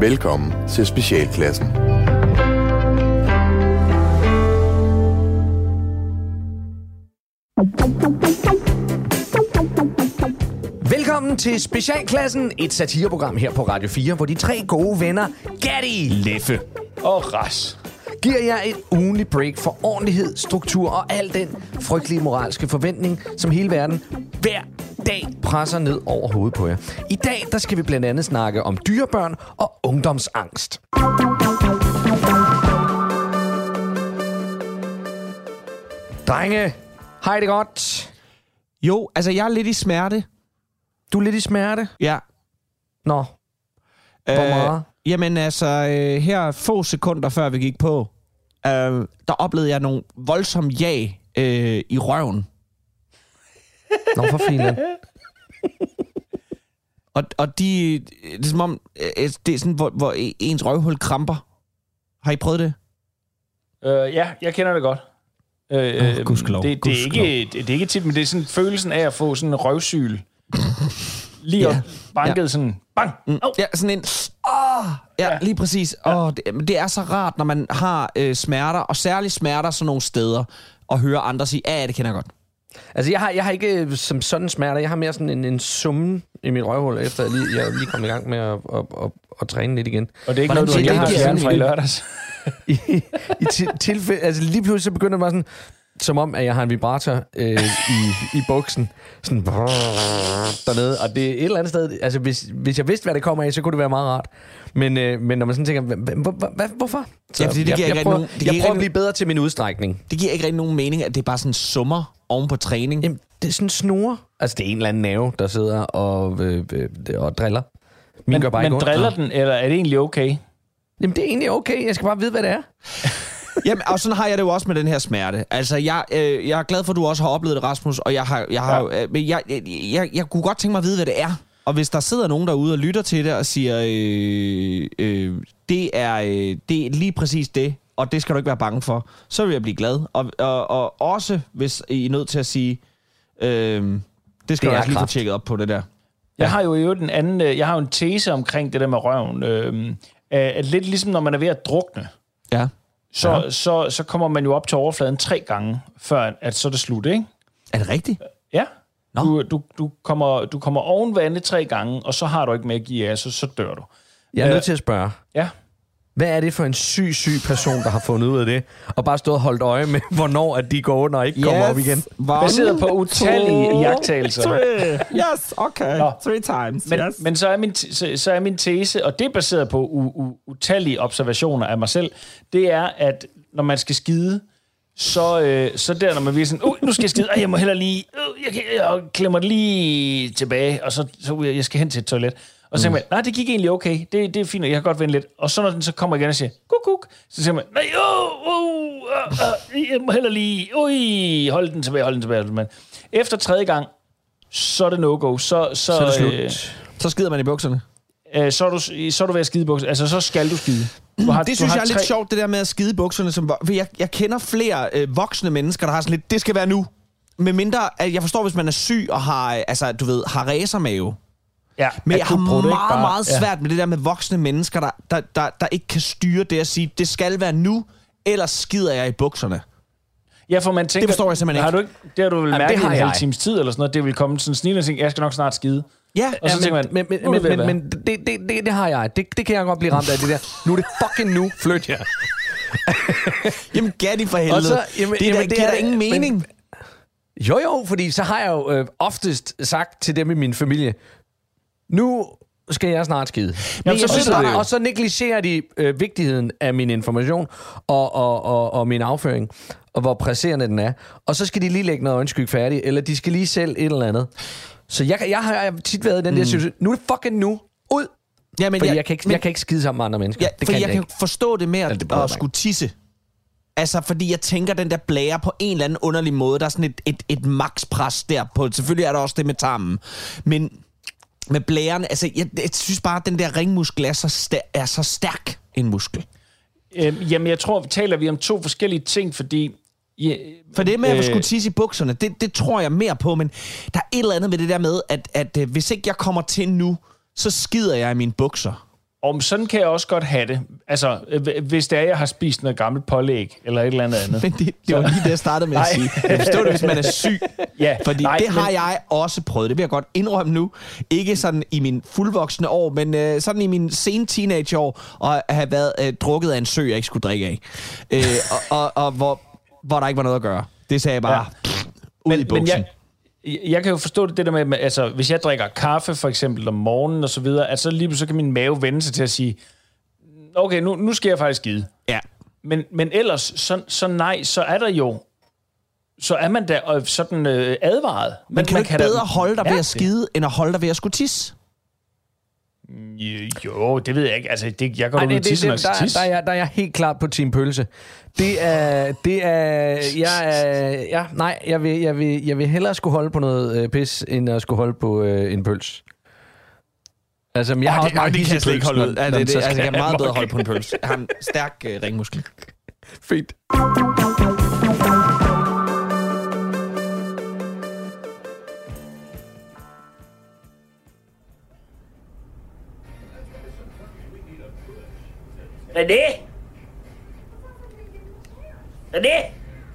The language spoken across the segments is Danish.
Velkommen til Specialklassen. Velkommen til Specialklassen, et satireprogram her på Radio 4, hvor de tre gode venner, Gatti, Leffe og Ras, giver jer et ugenligt break for ordentlighed, struktur og al den frygtelige moralske forventning, som hele verden hver dag presser ned over hovedet på jer. I dag der skal vi blandt andet snakke om dyrebørn og ungdomsangst. Drenge, har I det godt? Jo, altså jeg er lidt i smerte. Du er lidt i smerte? Ja. Nå. Hvor meget? Jamen altså, her få sekunder før vi gik på, der oplevede jeg nogle voldsomme jag i røven. Nå, for filen. Og det er som om, det er sådan, hvor ens røvhul kramper. Har I prøvet det? Ja, jeg kender det godt. Gudskelov. Det er ikke tit, men det er sådan følelsen af at få sådan en røvsyl. Lige op, banket sådan, bang! Ja, sådan en... Ja, lige præcis. Ja. Det er så rart, når man har smerter, og særligt smerter sådan nogle steder, og høre andre sige, ja, det kender jeg godt. Altså, jeg har ikke som sådan smerter. Jeg har mere sådan en summen i mit røvhul, efter jeg lige kom i gang med at træne lidt igen. Og det er ikke noget, jeg har fjernet fra i lørdags. I tilfælde... Altså, lige pludselig så begynder det bare sådan... Som om, at jeg har en vibrator i buksen. Sådan dernede. Og det er et eller andet sted... Altså, hvis jeg vidste, hvad det kommer af, så kunne det være meget rart. Men når man sådan tænker... Hvorfor? Så Ja, fordi jeg prøver at blive bedre til min udstrækning. Det giver ikke rigtig nogen mening, at det er bare sådan summer oven på træning. Jamen, det er sådan snore. Altså, det er en eller anden nerve, der sidder og driller. Men driller den, eller er det egentlig okay? Jamen, det er egentlig okay. Jeg skal bare vide, hvad det er. Jamen, og sådan har jeg det jo også med den her smerte. Altså, jeg er glad for, at du også har oplevet det, Rasmus, og jeg kunne godt tænke mig at vide, hvad det er. Og hvis der sidder nogen derude og lytter til det og siger, det er lige præcis det, og det skal du ikke være bange for, så vil jeg blive glad. Og også, hvis I er nødt til at sige, det skal du også lige få tjekket op på det der. Jeg har jo jeg har jo en tese omkring det der med røven. At lidt ligesom når man er ved at drukne. Ja. Så kommer man jo op til overfladen 3 gange, før at så er det slut, ikke? Er det rigtigt? Ja. Du kommer oven vandet 3 gange, og så har du ikke mere at give af, så dør du. Jeg er nødt til at spørge. Ja. Hvad er det for en syg person, der har fundet ud af det, og bare stået og holdt øje med, hvornår at de går under og ikke kommer op igen? Baseret på utallige iagttagelser. Yes, okay. 3 times. Men så er min tese, og det er baseret på utallige observationer af mig selv, det er, at når man skal skide, så der, når man bliver sådan, nu skal jeg skide, jeg må hellere lige, jeg klemmer lige tilbage, og så jeg skal hen til et toilet. Og så tænker man, nej, det gik egentlig okay. Det er fint, jeg kan godt vente lidt. Og så når den så kommer igen og siger, kuk, så siger man, nej, jeg må hellere lige, hold den tilbage. Men efter 3. gang, så er det no-go. Så er det slut. Så skider man i bukserne. Så er du ved at skide i bukserne. Altså, så skal du skide. Det synes jeg er lidt sjovt, det der med at skide i bukserne. Jeg kender flere voksne mennesker, der har sådan lidt, det skal være nu. Med mindre, at jeg forstår, hvis man er syg og har racermave. Ja, men jeg har meget svært med det der med voksne mennesker, der ikke kan styre det at sige, det skal være nu, ellers skider jeg i bukserne. Ja, for man tænker... Det forstår jeg simpelthen ikke. Det har du vel mærket i en halv times tid, eller sådan noget. Det vil komme sådan snigende og tænke, jeg skal nok snart skide. Ja, og så tænker man, men det har jeg. Det kan jeg godt blive ramt af, det der. Nu er det fucking nu, flyt jer. Jamen, Gatti for helvede. Så, det er der ingen mening. Jo, fordi så har jeg jo oftest sagt til dem i min familie, nu skal jeg snart skide. Jamen, og så negligerer de vigtigheden af min information og min afføring, og hvor presserende den er. Og så skal de lige lægge noget øjenskygge færdigt, eller de skal lige selv et eller andet. Så jeg har tit været i den der situation, nu er det fucking nu, ud! Ja, men jeg kan ikke skide sammen med andre mennesker. Ja, jeg kan forstå det med at skulle tisse. Altså, fordi jeg tænker, den der blære på en eller anden underlig måde, der er sådan et makspres der på. Selvfølgelig er der også det med tarmen. Men med blæren, altså, jeg synes bare, at den der ringmuskel er så stærk en muskel. Jamen, jeg tror, taler vi om 2 forskellige ting, fordi... For det med at skulle tisse i bukserne, det tror jeg mere på, men der er et eller andet med det der med, at hvis ikke jeg kommer til nu, så skider jeg i mine bukser. Om sådan kan jeg også godt have det. Altså, hvis det er, jeg har spist noget gammelt pålæg, eller et eller andet. Men det var lige det, jeg startede med at sige. Jeg forstår det, hvis man er syg. Ja, fordi det har jeg også prøvet. Det vil jeg godt indrømme nu. Ikke sådan i min fuldvoksne år, men sådan i min sene teenageår, og have været drukket af en sø, jeg ikke skulle drikke af. Og hvor der ikke var noget at gøre. Det sagde jeg bare ud i buksen. Jeg kan jo forstå det der med, altså hvis jeg drikker kaffe for eksempel om morgenen og så videre, at så lige pludselig kan min mave vende sig til at sige, okay, nu skal jeg faktisk skide. Ja. Men ellers, så nej, så er der jo, så er man da sådan advaret. Men kan du ikke bedre holde dig ved at skide, end at holde dig ved at skulle tisse? Jo, det ved jeg ikke. Altså, jeg går ud og tisse, når jeg skal tisse. Der er jeg helt klart på Team Pølse. Jeg vil hellere skulle holde på noget pis, end at skulle holde på en pøls. Altså, jeg har også meget det kan jeg slet ikke holde ud. Altså, jeg kan meget bedre holde på en pøls. Jeg har en stærk ringmuskel. Fint. René? René?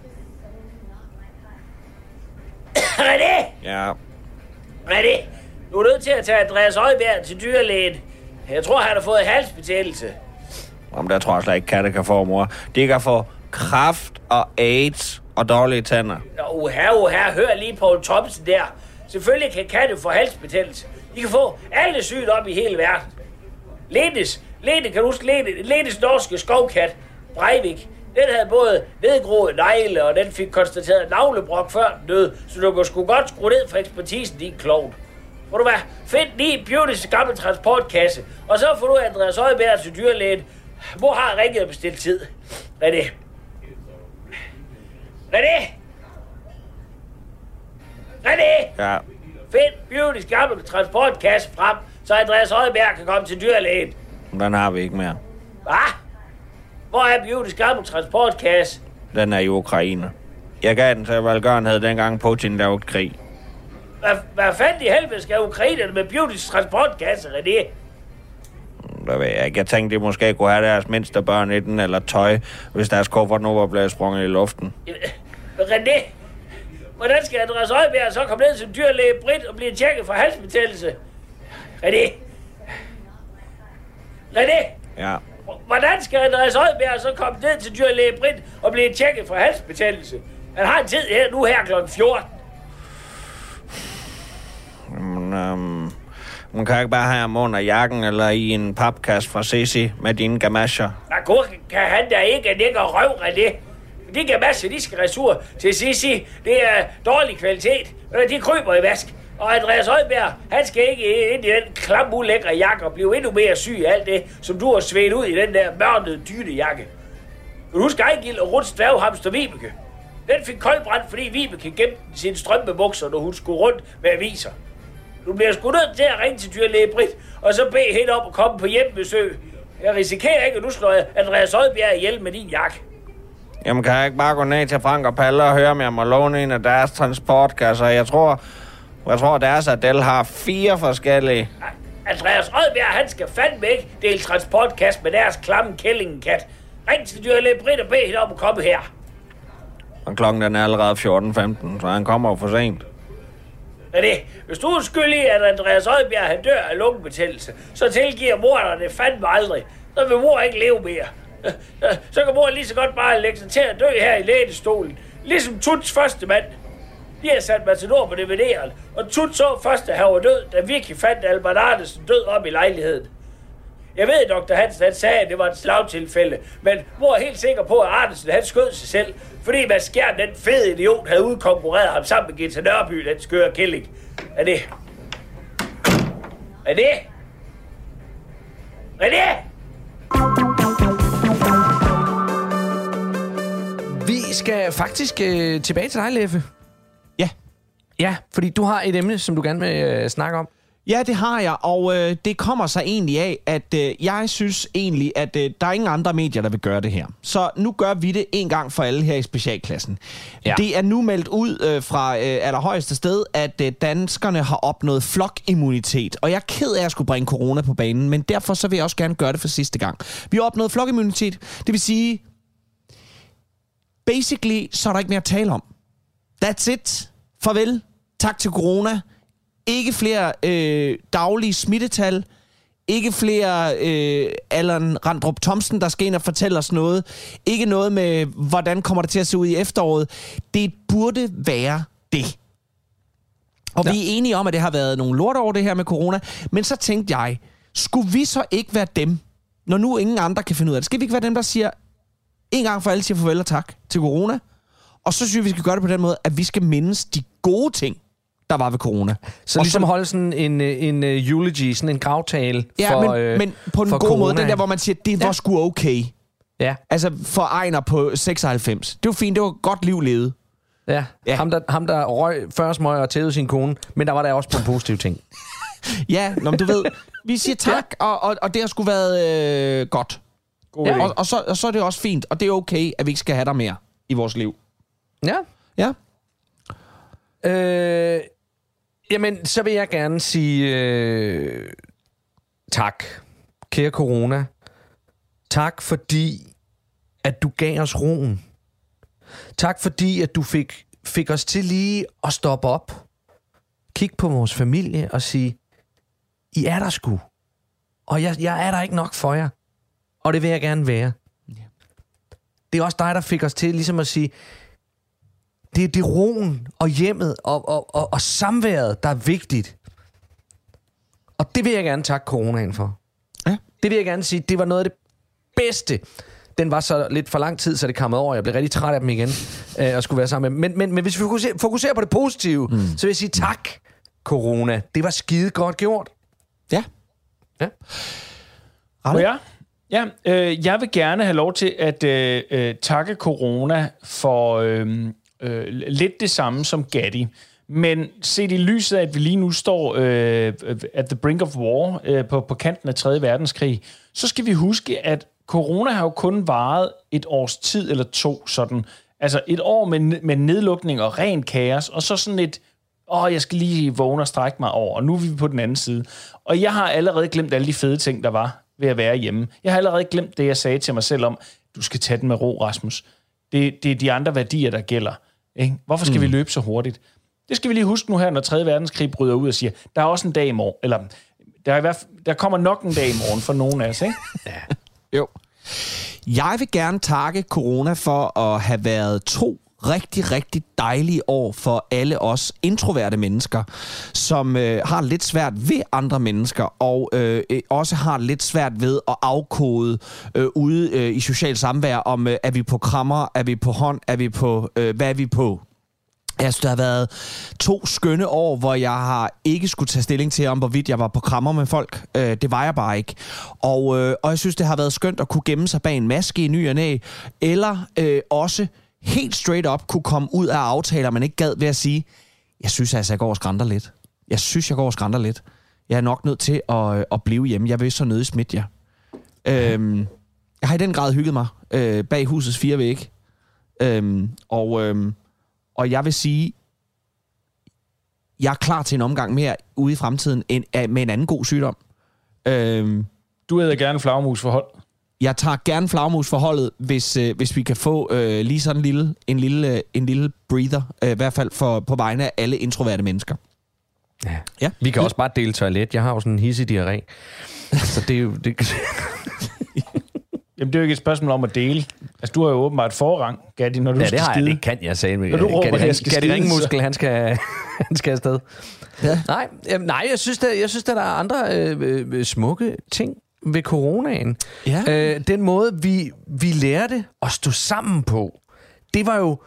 René? Ja. René, du er nødt til at tage Andreas Højbjerg til dyrlægen. Jeg tror, han har fået halsbetændelse. Om der tror jeg slet ikke, katte kan få, mor. De kan få kræft og AIDS og dårlige tænder. Her, hør lige Poul Thomsen der. Selvfølgelig kan katte få halsbetændelse. De kan få alle sygdomme i hele verden. Lene, kan du huske Lenes norske skovkat, Breivik? Den havde både nedgroede negle, og den fik konstateret navlebrok før den døde, så du kan sgu godt skrue ned for ekspertisen, din klovn. Må du være, find lige Beautys gamle transportkasse, og så får du Andreas Højbjerg til dyrlægen. Hvor har ringet og bestilt tid? René? Ja. Find Beautys gamle transportkasse frem, så Andreas Højbjerg kan komme til dyrlægen. Den har vi ikke mere. Hvad? Hvor er Beautys gamle transportkasse? Den er i Ukraine. Jeg gav den til velgørenhed, dengang Putin lavede krig. Hvad fanden i helvede skal Ukraine med Beautys transportkasse, René? Det ved jeg ikke. Jeg tænkte, de måske kunne have deres mindste børn i den, eller tøj, hvis deres kuffert nu var blevet sprunget i luften. René, hvordan skal Andreas Højbjerg så komme ned til dyrlæge Britt og blive tjekket for halsbetændelse? René? Ja. Hvordan skal Andreas Højbjerg så komme ned til dyrlæge Britt og blive tjekket for halsbetændelse? Han har en tid her kl. 14. Man kan ikke bare have ham under jakken eller i en papkasse fra Sissi med dine gamasjer. Hvor kan han da ikke nikke og røv, René? De gamasjer, de skal retur til Sissi. Det er dårlig kvalitet. De kryber i vask. Og Andreas Højbjerg, han skal ikke ind i den klamme, ulækre jakke og blive endnu mere syg af alt det, som du har svedt ud i den der mørnede dynejakke. Kan du huske Ejgild og Ruts dværghamster Vibeke? Den fik koldbrand, fordi Vibeke gemte sine strømpebukser, når hun skulle rundt med aviser. Du bliver sgu nødt til at ringe til dyrlæge Britt, og så bede hende op og komme på hjemmebesøg. Jeg risikerer ikke, at du slår Andreas Højbjerg ihjel med din jakke. Jamen, kan jeg ikke bare gå ned til Frank og Palle og høre, om jeg må låne en af deres transportkasser? Jeg tror deres Adele har 4 forskellige. Andreas Højbjerg, han skal fandme ikke dele transportkasse med deres klamme kællingekat. Ring til dyrlæge Britt og bed hende om at komme her. Og klokken den er allerede 14:15, så han kommer jo for sent. René, hvis du er skyldig, at Andreas Højbjerg han dør af lungebetændelse, så tilgiver mor dig det fandme aldrig. Så vil mor ikke leve mere. Så kan mor lige så godt bare lægge sig til at dø her i lænestolen. Ligesom Tuts første mand. De har sat Matador på DVD'eren, og Tut så først, at han var død, da Vicky fandt Albert Arnesen død op i lejligheden. Jeg ved, Dr. Hansen han sagde, at det var et slagtilfælde, men mor er helt sikker på, at Arnesen han skød sig selv, fordi Mads Skjern, den fede idiot, havde udkonkurreret ham sammen med Gita Nørby, den skøre kælling. Er det? Vi skal faktisk tilbage til dig, Leffe. Ja. Ja, fordi du har et emne, som du gerne vil snakke om. Ja, det har jeg, og det kommer sig egentlig af, at jeg synes egentlig, at der er ingen andre medier, der vil gøre det her. Så nu gør vi det en gang for alle her i specialklassen. Ja. Det er nu meldt ud fra allerhøjeste sted, at danskerne har opnået flokimmunitet. Og jeg er ked af at skulle bringe corona på banen, men derfor så vil jeg også gerne gøre det for sidste gang. Vi har opnået flokimmunitet, det vil sige, basically, så er der ikke mere at tale om. That's it. Farvel. Tak til corona. Ikke flere daglige smittetal. Ikke flere Allan Randrup Thomsen, der skal ind og fortælle os noget. Ikke noget med, hvordan kommer det til at se ud i efteråret. Det burde være det. Og vi er enige om, at det har været nogle lort over det her med corona. Men så tænkte jeg, skulle vi så ikke være dem, når nu ingen andre kan finde ud af det? Skal vi ikke være dem, der siger, en gang for alle siger farvel og tak til corona? Og så synes jeg, vi skal gøre det på den måde, at vi skal mindes de gode ting, der var ved corona. Så ligesom holde sådan en eulogy, sådan en gravtale for men på en god corona. måde, den der, hvor man siger, det var sgu okay. Ja. Altså for Ejner på 96. Det var fint, det var et godt liv levet. Ja. Ham der røg før smøg og tævede sin kone, men der var der også på en positiv ting. Ja, men du ved, vi siger tak, og det har sgu været godt. Ja. Og så er det også fint, og det er okay, at vi ikke skal have dig mere i vores liv. Ja. Ja. Jamen, så vil jeg gerne sige tak, kære corona. Tak, fordi at du gav os roen. Tak, fordi at du fik os til lige at stoppe op. Kig på vores familie og sige, I er der sgu. Og jeg er der ikke nok for jer. Og det vil jeg gerne være. Det er også dig, der fik os til ligesom at sige, det er roen og hjemmet og samværet, der er vigtigt. Og det vil jeg gerne takke coronaen for. Ja. Det vil jeg gerne sige, det var noget af det bedste. Den var så lidt for lang tid, så det kom over. Jeg blev rigtig træt af dem igen, at skulle være sammen med. Men hvis vi fokuserer på det positive, så vil jeg sige tak, corona. Det var skide godt gjort. Ja. Ja. Jeg vil gerne have lov til at takke corona for lidt det samme som Gatti. Men set i lyset af, at vi lige nu står at the brink of war på kanten af 3. verdenskrig, så skal vi huske, at corona har jo kun varet et års tid eller to sådan. Altså et år med nedlukning og ren kaos, og så sådan et, jeg skal lige vågne og strække mig over, og nu er vi på den anden side. Og jeg har allerede glemt alle de fede ting, der var ved at være hjemme. Jeg har allerede glemt det, jeg sagde til mig selv om, du skal tage den med ro, Rasmus. Det er de andre værdier, der gælder. Ikke? Hvorfor skal vi løbe så hurtigt? Det skal vi lige huske nu her, når 3. verdenskrig bryder ud og siger, der er også en dag i morgen, eller der kommer nok en dag i morgen for nogen af os, ikke? Ja. Jo. Jeg vil gerne takke corona for at have været 2 rigtig, rigtig dejlige år for alle os introverte mennesker, som har lidt svært ved andre mennesker, og også har lidt svært ved at afkode ude i social samvær, om er vi på krammer, er vi på hånd, er vi på, hvad er vi på? Jeg synes, der har været 2 skønne år, hvor jeg har ikke skulle tage stilling til, om hvorvidt jeg var på krammer med folk. Det var jeg bare ikke. Og jeg synes, det har været skønt at kunne gemme sig bag en maske i ny og næ, eller også helt straight up kunne komme ud af aftaler, man ikke gad ved at sige, jeg synes altså, jeg går og skrænter lidt. Jeg er nok nødt til at blive hjemme. Jeg vil så nødig smitte jer. Jeg har i den grad hygget mig bag husets 4 vægge. Og jeg vil sige, jeg er klar til en omgang mere ude i fremtiden med en anden god sygdom. Du æder gerne flagmusforhold. Jeg tager gerne flagmusforholdet, hvis vi kan få lige sådan en lille breather, i hvert fald på vegne af alle introverte mennesker. Ja. Vi kan også bare dele toilet. Jeg har jo sådan en hissig diarré. Så det er jo... Jamen, det er jo ikke et spørgsmål om at dele. Altså, du har jo åbenbart forrang, Gatti, når du skal skide. Ja, det har jeg. Det kan jeg sige. Når du råber, at jeg skal skide. Gatti Ringmuskel, han skal afsted. Ja. Nej, jeg synes, der er andre smukke ting ved coronaen. Ja. Den måde, vi lærte at stå sammen på, det var jo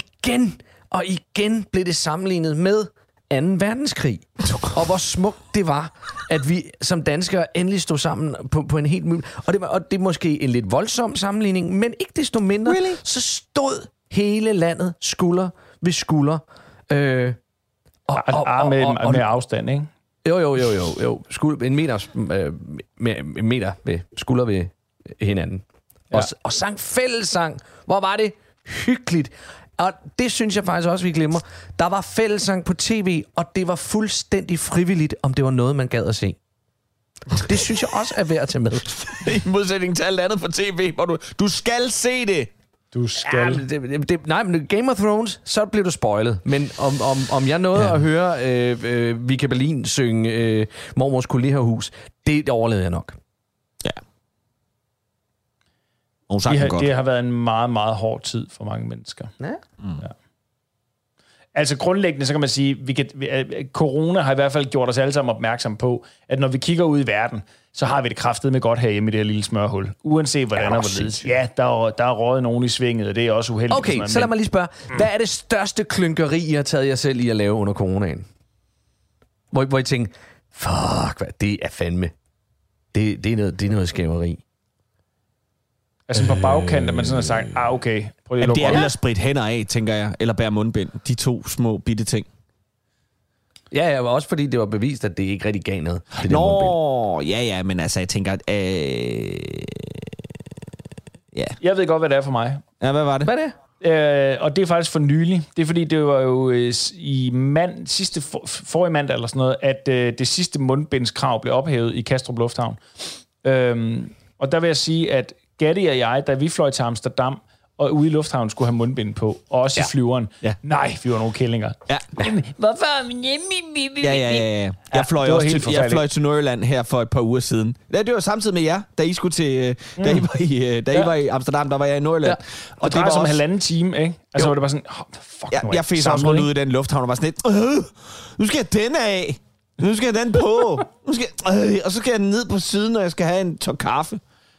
igen blev det sammenlignet med 2. verdenskrig. Og hvor smukt det var, at vi som danskere endelig stod sammen på en helt mulig... Og det er måske en lidt voldsom sammenligning, men ikke desto mindre, så stod hele landet skulder ved skulder. Med afstand, ikke? Jo. En meter ved skulder ved hinanden. Ja. Og sang fællessang. Hvor var det hyggeligt. Og det synes jeg faktisk også, vi glemmer. Der var fællessang på tv, og det var fuldstændig frivilligt, om det var noget, man gad at se. Det synes jeg også er værd at tage med. I modsætning til alt andet på tv, hvor du skal se det. Du skal. Ja, men Game of Thrones, så blev du spoilet. Men om jeg nåede at høre Vika Berlin synge Mormors Kollegerhus, det overlevede jeg nok. Ja. Det har været en meget, meget hård tid for mange mennesker. Ja. Ja. Altså grundlæggende, så kan man sige, corona har i hvert fald gjort os alle sammen opmærksom på, at når vi kigger ud i verden, så har vi det kraftedeme godt herhjemme i det her lille smørhul. Uanset hvordan og hvorledes. Ja, der er røget nogen i svinget, og det er også uheldigt. Okay, så lad mig lige spørge. Hvad er det største klynkeri, I har taget jer selv i at lave under coronaen? Hvor I tænker, fuck, hvad, det er fandme. Det er noget skæveri. Altså på bagkant, at man sådan har sagt, okay. Prøv lige det er at spritte hænder af, tænker jeg, eller bære mundbind. De 2 små bitte ting. Ja, også fordi det var bevist, at det ikke rigtig gav noget. Ja, men altså, jeg tænker, ja. Jeg ved godt, hvad det er for mig. Ja, hvad var det? Hvad er det? Og det er faktisk for nylig. Det er fordi, det var jo i forrige mandag eller sådan noget, at det sidste mundbindskrav blev ophævet i Kastrup Lufthavn. Og der vil jeg sige, at Gatti og jeg, da vi fløj til Amsterdam, og ude i lufthavnen skulle have mundbind på, og også i flyveren. Ja. Nej, vi var nogle kællinger. Ja. Hvorfor? Ja. Jeg fløj til Nordjylland her for et par uger siden. Det var samtidig med jer, da I skulle til, da I var i Amsterdam, der var jeg i Nordjylland. Ja. Og det var som 1,5 time, ikke? Altså var det bare sådan, jeg fik også rundt ud i den lufthavn, og var sådan lidt, nu skal jeg den af. Nu skal jeg den på. Og så skal jeg ned på siden, når jeg skal have en tår kaffe.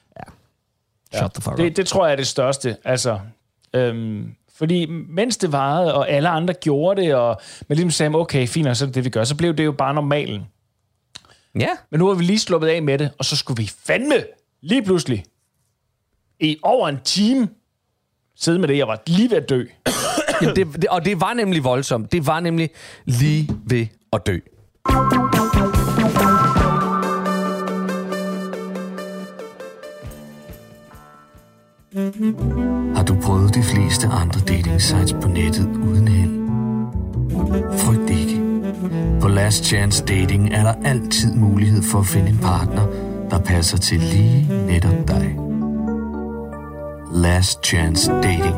Det tror jeg er det største. Altså, fordi mens det varede, og alle andre gjorde det, og man ligesom sagde, okay, fint, og så er det vi gør, så blev det jo bare normalen. Ja. Men nu har vi lige sluppet af med det, og så skulle vi fandme lige pludselig i over en time sidde med det. Jeg var lige ved at dø. Og det var nemlig voldsomt. Det var nemlig lige ved at dø. Har du prøvet de fleste andre dating sites på nettet uden held? Frygt ikke. På Last Chance Dating er der altid mulighed for at finde en partner, der passer til lige netop dig. Last Chance Dating.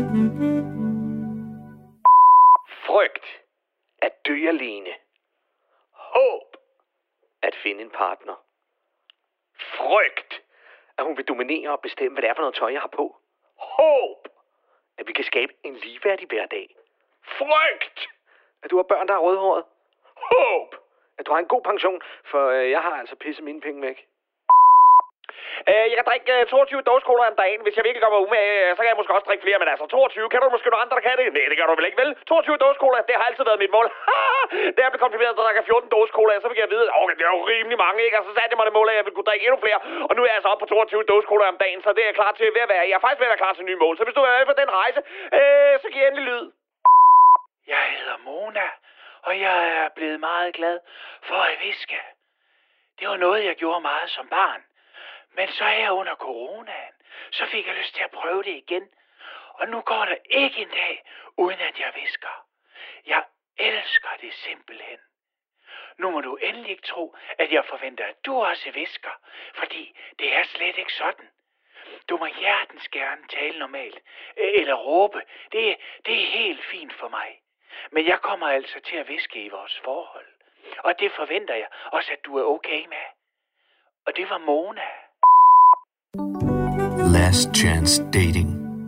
Frygt at dø alene. Håb at finde en partner. Frygt at hun vil dominere og bestemme, hvad det er for noget tøj, jeg har på. Håb at vi kan skabe en ligeværdig hverdag. Frygt at du har børn, der er rødhåret. Håb at du har en god pension, for jeg har altså pisset mine penge væk. Jeg kan drikke 22 dåsecola om dagen. Hvis jeg virkelig gør mig umage, så kan jeg måske også drikke flere. Men altså 22, kan du måske nogle andre, der kan det? Nej, det gør du vel ikke, vel? 22 dåsecola, det har altid været mit mål. Da jeg blev konfirmeret, der drikker 14 dåsecola, så fik jeg vide, at det er jo rimelig mange, ikke? Og så satte jeg mig det mål, at jeg ville kunne drikke endnu flere. Og nu er jeg altså oppe på 22 dåsecola om dagen, så det er jeg klar til at være. Jeg er faktisk ved at være klar til nye mål. Så hvis du er med på den rejse, så giv endelig lyd. Jeg hedder Mona, og jeg er blevet meget glad for at viske. Det var noget, jeg gjorde meget som barn. Men så er jeg under coronaen, så fik jeg lyst til at prøve det igen. Og nu går der ikke en dag, uden at jeg visker. Jeg elsker det simpelthen. Nu må du endelig ikke tro, at jeg forventer, at du også visker. Fordi det er slet ikke sådan. Du må hjertens gerne tale normalt. Eller råbe. Det er helt fint for mig. Men jeg kommer altså til at viske i vores forhold. Og det forventer jeg også, at du er okay med. Og det var Mona. Last Chance Dating.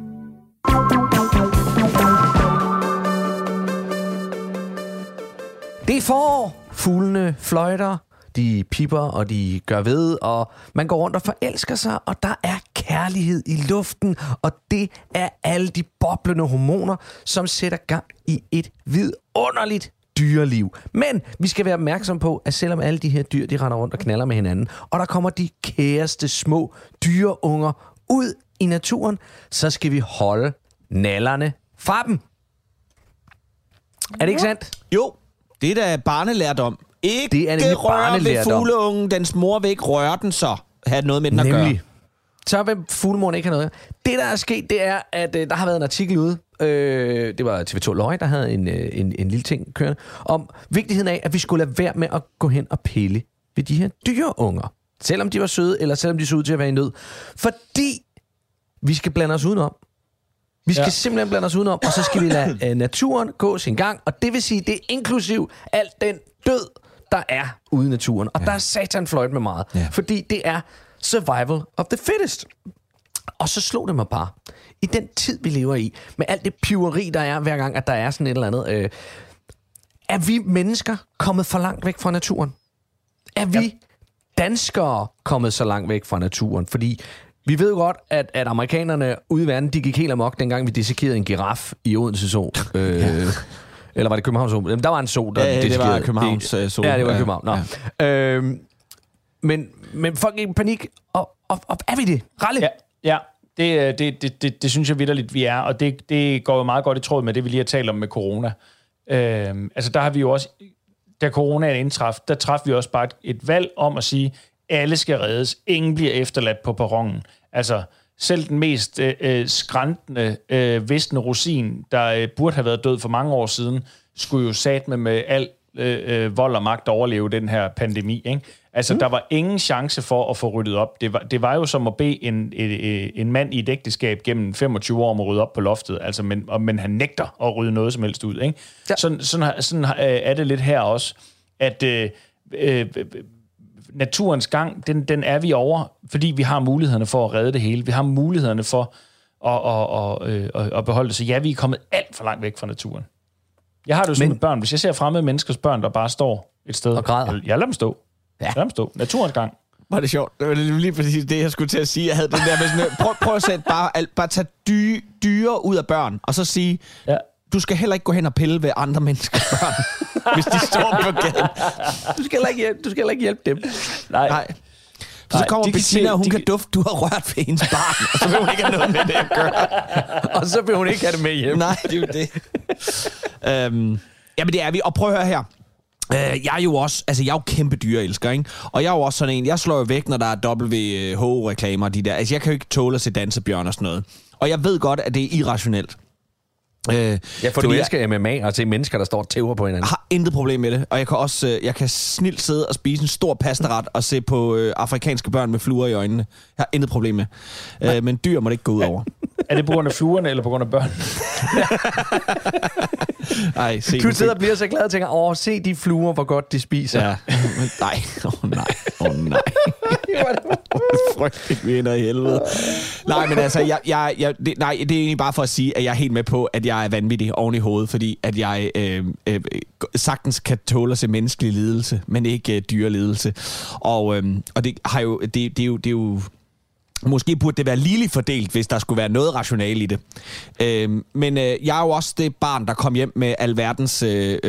Det er forår. Fuglene fløjter, de pipper, og de gør ved, og man går rundt og forelsker sig, og der er kærlighed i luften, og det er alle de boblende hormoner, som sætter gang i et vidunderligt dyreliv. Men vi skal være opmærksom på, at selvom alle de her dyr, de render rundt og knaller med hinanden, og der kommer de kæreste små dyreunger ud i naturen, så skal vi holde nallerne fra dem. Er det ikke sandt? Jo, det er da barnelærdom. det er nemlig røre ved fugleungen. Dens mor vil ikke røre den, så have noget med den at gøre. Så vil fuglemoren ikke have noget. Det, der er sket, det er, at der har været en artikel ude. Det var TV2 Løg, der havde en lille ting kørende, om vigtigheden af, at vi skulle lade være med at gå hen og pille ved de her dyreunger. Selvom de var søde, eller selvom de så ud til at være i nød. Fordi vi skal blande os udenom. Vi skal simpelthen blande os udenom, og så skal vi lade naturen gå sin gang. Og det vil sige, det er inklusiv alt den død, der er ude i naturen. Og der er satan fløjt med meget. Ja. Fordi det er survival of the fittest. Og så slog det mig bare. I den tid, vi lever i, med alt det piveri, der er, hver gang, at der er sådan et eller andet, er vi mennesker kommet for langt væk fra naturen? Er vi danskere kommet så langt væk fra naturen? Fordi vi ved godt, at amerikanerne ude i verden, de gik helt amok, dengang vi dissekerede en giraf i Odense Zoo. Eller var det Københavns Zoo? Der var en zoo, der det var Københavns Zoo. Ja, det var København. Ja. Men folk er i panik, og er vi det? Ralle? Ja. Det synes jeg vitterligt, vi er, og det går jo meget godt i tråd med det, vi lige har talt om med corona. Altså, der har vi jo også, da coronaen indtraf, der træffede vi også bare et valg om at sige, alle skal reddes, ingen bliver efterladt på perronen. Altså, selv den mest skrantende, visne rosin, der burde have været død for mange år siden, skulle jo satme med al vold og magt overleve den her pandemi, ikke? Altså, der var ingen chance for at få ryddet op. Det var jo som at bede en mand i et ægteskab gennem 25 år om at rydde op på loftet, altså, men han nægter at rydde noget som helst ud, ikke? Ja. Sådan er det lidt her også, at naturens gang, den er vi over, fordi vi har mulighederne for at redde det hele. Vi har mulighederne for at beholde det. Så ja, vi er kommet alt for langt væk fra naturen. Jeg har det jo sådan med børn. Hvis jeg ser fremmede menneskers børn, der bare står et sted og græder, jeg lader dem stå. Ja. Lad dem stå. Naturens gang. Var det sjovt. Det var lige præcis det, jeg skulle til at sige. Jeg havde den der med sådan, prøv at sætte bare tage dyre ud af børn, og så sige, du skal heller ikke gå hen og pille ved andre menneskers børn, hvis de står på gaden. Du skal heller ikke hjælpe dem. Nej. Så kommer Bettina, og hun kan dufte, du har rørt ved hendes barn, og så vil hun ikke have noget med det at gøre. Og så vil hun ikke have det med hjem. Nej, det er jo det. Jamen det er vi, og prøv at høre her. Jeg er jo også, altså jeg er jo kæmpe dyreelsker, ikke? Og jeg er jo også sådan en, jeg slår jo væk, når der er WHO-reklamer, de der. Altså jeg kan jo ikke tåle at se dansebjørn og sådan noget. Og jeg ved godt, at det er irrationelt. For du elsker MMA og se mennesker, der står og tæver på hinanden. Jeg har intet problem med det, og jeg kan også jeg kan snilt sidde og spise en stor pastaret og se på afrikanske børn med fluer i øjnene. Jeg har intet problem med. Men dyr må det ikke gå ud over. Er det på grund af fluerne eller på grund af børn? Ej, du sidder og bliver så glad og tænker, se de fluer, hvor godt de spiser. Ja. Nej. Frygteligt, vi ender i helvede. Nej, men altså, det er egentlig bare for at sige, at jeg er helt med på, at jeg er vanvittig oven i hovedet, fordi at jeg sagtens kan tåle at se menneskelig lidelse, men ikke dyrelidelse. Og det har jo, det er jo måske burde det være ligeligt fordelt, hvis der skulle være noget rationale i det. Men jeg er jo også det barn, der kom hjem med alverdens,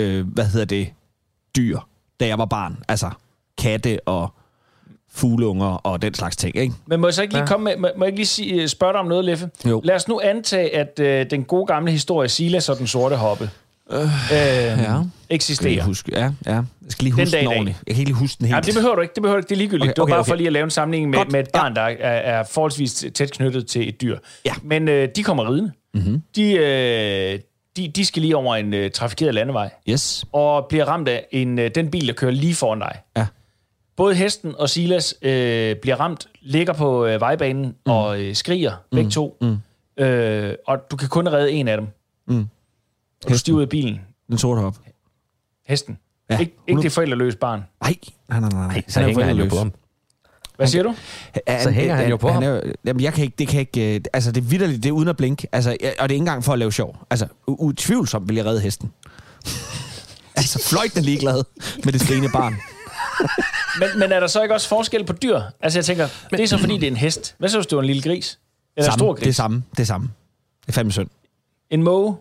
dyr, da jeg var barn. Altså katte og fugleunger og den slags ting, ikke? Men må jeg så ikke lige komme med, må jeg ikke lige spørge dig om noget, Leffe? Jo. Lad os nu antage, at den gode gamle historie Silas og den sorte hoppe eksisterer. Ja. Jeg skal lige huske den ordentligt. Jeg kan ikke lige huske den helt. Ja, det behøver du ikke. Det er ligegyldigt. Okay, det var bare for lige at lave en sammenligning med et barn, der er forholdsvis tæt knyttet til et dyr. Ja. Men de kommer ridende. Mm-hmm. De skal lige over en trafikeret landevej. Yes. Og bliver ramt af den bil, der kører lige foran dig. Ja. Både hesten og Silas bliver ramt, ligger på vejbanen og skriger, begge to. Og du kan kun redde en af dem. Og du stiger ud af bilen. Den sorte hop. Hesten. Ja, ikke det forældreløse barn. Nej. Så hænger han jo på ham. Hvad siger du? Så hænger han jo på ham. Jamen, det kan ikke... Altså, det er vitterligt, det er uden at blinke. Altså, og det er ikke engang for at lave sjov. Altså, utvivlsomt vil jeg redde hesten. Altså, fløjtende ligeglad med det skrigende barn. men er der så ikke også forskel på dyr? Altså, jeg tænker, det er så fordi, det er en hest. Hvad så, hvis det var en lille gris? Eller en stor gris? Det er samme. Det er fandme synd. En måge?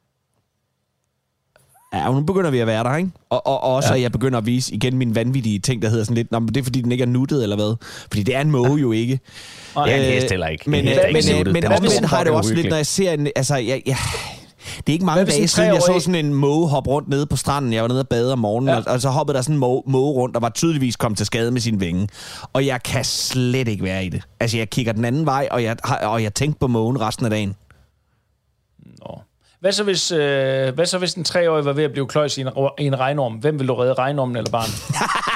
Ja, nu begynder vi at være der, ikke? Og også, at jeg begynder at vise igen mine vanvittige ting, der hedder sådan lidt, det er fordi, den ikke er nuttet, eller hvad? Fordi det er en måge jo ikke. Og en hest heller ikke. Men omvendt har det også lidt, når jeg ser en... Altså, Det er ikke mange dage siden, jeg så sådan en måge hoppe rundt nede på stranden. Jeg var nede og bade om morgenen, og så hoppede der sådan en måge rundt, og var tydeligvis kommet til skade med sin vinge. Og jeg kan slet ikke være i det. Altså, jeg kigger den anden vej, og jeg tænkte på mågen resten af dagen. Nå. Hvad så hvis en 3-årig var ved at blive kløjs i en regnorm? Hvem vil du redde, regnormen eller barnet?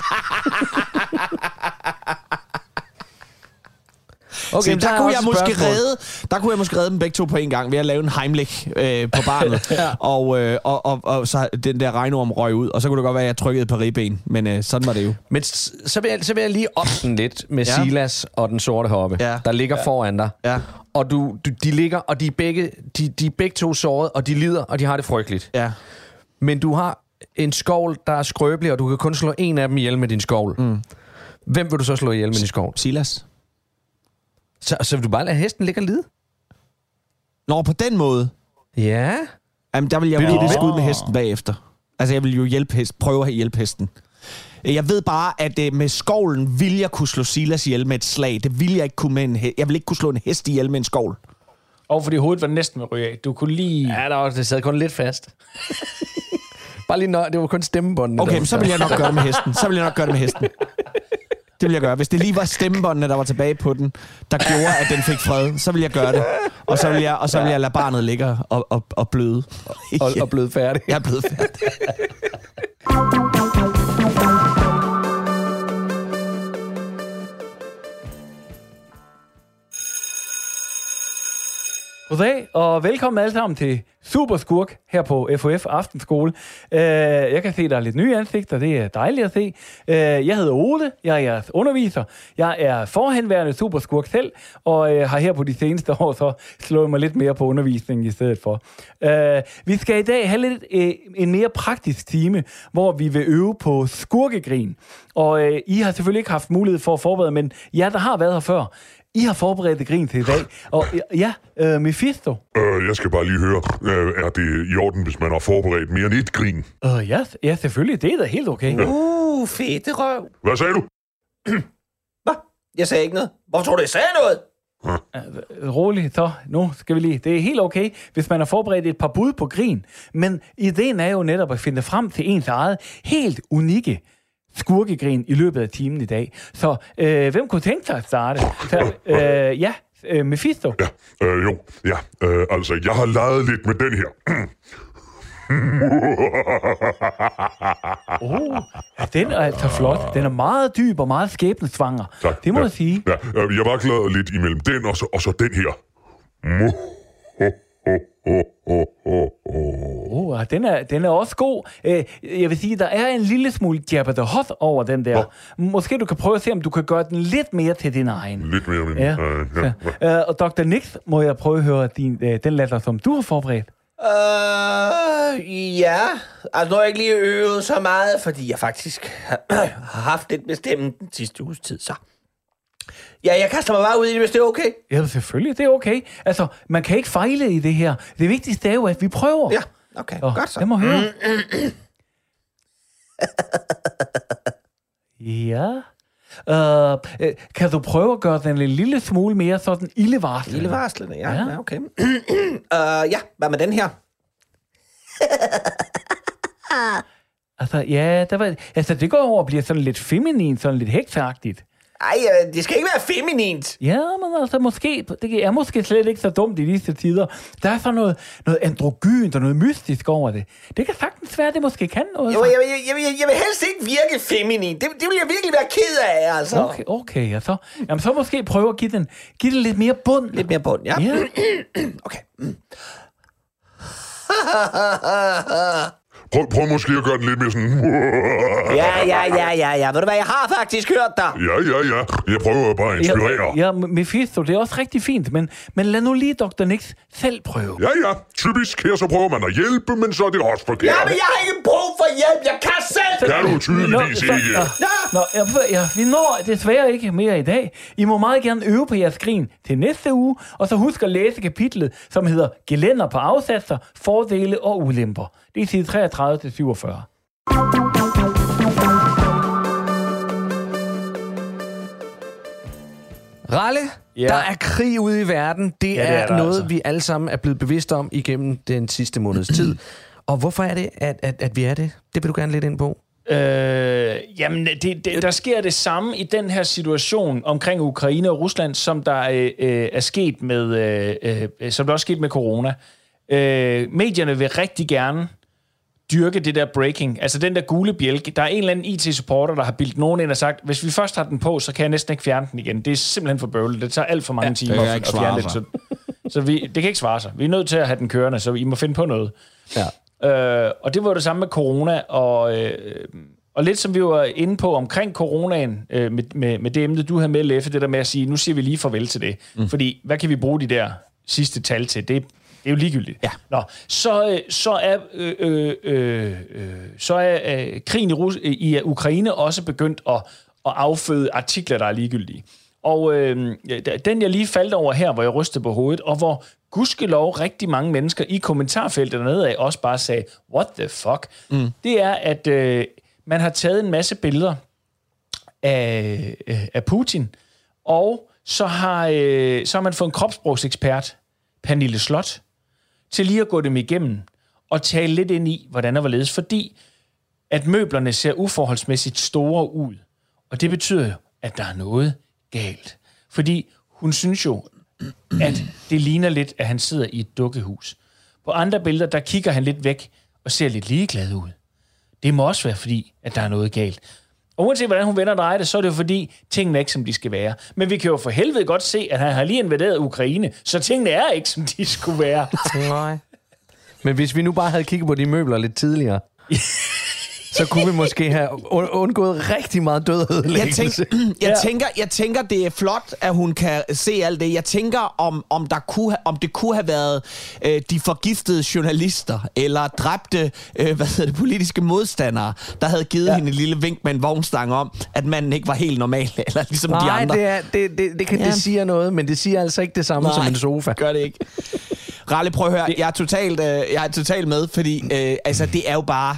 Okay, der kunne jeg måske redde dem begge to på en gang ved at lave en Heimlich på barnet. og så den der regnorm røg ud, og så kunne det godt være, at jeg trykkede på ribben, men sådan var det jo. Men så vil jeg lige op den lidt med Silas og den sorte hoppe, der ligger foran dig. Ja. Og de ligger, og de er begge to såret, og de lider, og de har det frygteligt. Ja. Men du har en skovl, der er skrøbelig, og du kan kun slå en af dem ihjel med din skovl. Mm. Hvem vil du så slå ihjel med din skovl? Silas. Så vil du bare lade hesten ligge og lide? Nå, på den måde? Ja. Jamen, der vil jeg jo give det skud med hesten bagefter. Altså, jeg vil jo prøve at hjælpe hesten. Jeg ved bare, at med skovlen vil jeg kunne slå Silas ihjel med et slag. Det vil jeg ikke kunne med en hest. Jeg vil ikke kunne slå en hest ihjel med en skovl. Og fordi hovedet var næsten med ryge af. Du kunne lige... Ja, det sad kun lidt fast. Bare lige det var kun stemmebåndene. Okay, men så vil jeg nok gøre det med hesten. Det vil jeg gøre. Hvis det lige var stemmebåndene, der var tilbage på den, der gjorde, at den fik fred, så vil jeg gøre det. Og så vil jeg lade barnet ligge og bløde. Og bløde færdig. Jeg er blevet færdig. Goddag, og velkommen alle sammen til Superskurk her på FOF Aftenskole. Jeg kan se, at der er lidt nye ansigter, det er dejligt at se. Jeg hedder Ole, jeg er jeres underviser. Jeg er forhenværende Superskurk selv, og har her på de seneste år så slået mig lidt mere på undervisningen i stedet for. Vi skal i dag have lidt en mere praktisk time, hvor vi vil øve på skurkegrin. Og I har selvfølgelig ikke haft mulighed for at forberede, men jer, der har været her før, I har forberedt grin til i dag. Og Mephisto. Jeg skal bare lige høre, er det i orden, hvis man har forberedt mere end et grin? Ja, selvfølgelig. Det er da helt okay. Ja. Fede røv. Hvad sagde du? Hvad? Jeg sagde ikke noget. Hvorfor tror du, jeg sagde noget? Rolig, så nu skal vi lige. Det er helt okay, hvis man har forberedt et par bud på grin. Men ideen er jo netop at finde frem til ens eget helt unikke skurkegrin i løbet af timen i dag. Så hvem kunne tænke sig at starte? Mephisto. Altså, jeg har leget lidt med den her. Den er altså flot. Den er meget dyb og meget skæbnesvanger. Tak. Det må jeg sige. Ja, jeg var glad lidt imellem den og så den her. Den er også god. Jeg vil sige, der er en lille smule Jabba the Hutt over den der. Måske du kan prøve at se, om du kan gøre den lidt mere til din egen. Lidt mere min og Dr. Nix, må jeg prøve at høre den latter, som du har forberedt? Ja. Altså, nu har jeg ikke lige øvet så meget, fordi jeg faktisk har haft lidt bestemt den sidste uges tid, så... Ja, jeg kaster mig bare ud i det, hvis det er okay. Ja, selvfølgelig, det er okay. Altså, man kan ikke fejle i det her. Det vigtigste er jo, at vi prøver. Ja, okay, godt så. Jeg må høre. Ja. Kan du prøve at gøre den en lille smule mere sådan ildevarslende? Ildevarslende, ja, okay. Hvad med den her? Det går over og bliver sådan lidt feminin, sådan lidt heksagtigt. Ej, det skal ikke være feminint. Ja, men altså måske, det er måske slet ikke så dumt i disse tider. Der er så noget androgynt og noget mystisk over det. Det kan sagtens være, det måske kan noget. Jo, jeg vil helst ikke virke feminin. Det vil jeg virkelig være ked af, altså. Okay, ja, så. Jamen, så måske prøve at give den lidt mere bund. Lidt mere bund, ja. Okay. Prøv måske at gøre den lidt mere sådan... Ja. Ved du hvad, jeg har faktisk hørt dig. Ja. Jeg prøver bare at inspirere. Ja, Mephisto, det er også rigtig fint, men lad nu lige Dr. Nix selv prøve. Ja. Typisk her, så prøver man at hjælpe, men så er det også forkert. Ja, men jeg har ikke brug for hjælp. Jeg kan selv. Kan du tydeligvis ikke. Vi når desværre ikke mere i dag. I må meget gerne øve på jeres grin til næste uge, og så husk at læse kapitlet, som hedder Gelænder på afsatser, fordele og ulemper. Det er side 33-47. Ralle, der er krig ude i verden. Det er noget, altså. Vi alle sammen er blevet bevidste om igennem den sidste måneds tid. Og hvorfor er det, at vi er det? Det vil du gerne lidt ind på. Jamen, der sker det samme i den her situation omkring Ukraine og Rusland, som der er sket med, som der også sket med corona. Medierne vil rigtig gerne dyrke det der breaking, altså den der gule bjælke. Der er en eller anden IT-supporter, der har bildt nogen ind og sagt, hvis vi først har den på, så kan jeg næsten ikke fjerne den igen. Det er simpelthen for bøvlet. Det tager alt for mange timer at fjerne den. Så det kan ikke svare sig. Vi er nødt til at have den kørende, så I må finde på noget. Ja. Og det var det samme med corona, og lidt som vi var inde på omkring coronaen, med det emne, du havde med, Leffe, det der med at sige, nu siger vi lige farvel til det. Fordi, hvad kan vi bruge de der sidste tal til? Det er jo ligegyldigt. Ja. Nå, så er krigen i Ukraine også begyndt at afføde artikler, der er ligegyldige. Og den, jeg lige faldt over her, hvor jeg rystede på hovedet, og hvor gudskelov rigtig mange mennesker i kommentarfeltet dernede af også bare sagde, what the fuck? Det er, at man har taget en masse billeder af Putin, og så har man fået en kropssprogsekspert, Pernille Slot, til lige at gå dem igennem og tale lidt ind i, hvordan der var ledes, fordi at møblerne ser uforholdsmæssigt store ud. Og det betyder jo, at der er noget galt. Fordi hun synes jo, at det ligner lidt, at han sidder i et dukkehus. På andre billeder, der kigger han lidt væk og ser lidt ligeglad ud. Det må også være fordi, at der er noget galt. Og uanset hvordan hun vender og drejer det, så er det jo fordi, tingene er ikke, som de skal være. Men vi kan jo for helvede godt se, at han har lige invaderet Ukraine, så tingene er ikke, som de skulle være. Nej. Men hvis vi nu bare havde kigget på de møbler lidt tidligere, så kunne vi måske have undgået rigtig meget død og ødelæggelse. Jeg tænker, det er flot, at hun kan se alt det. Jeg tænker, om det kunne have været de forgiftede journalister, eller dræbte politiske modstandere, der havde givet hende en lille vink med en vognstang om, at manden ikke var helt normal, eller ligesom de andre. Nej, det siger noget, men det siger altså ikke det samme som en sofa. Gør det ikke. Ralle, prøv at høre. Jeg er totalt med, fordi det er jo bare...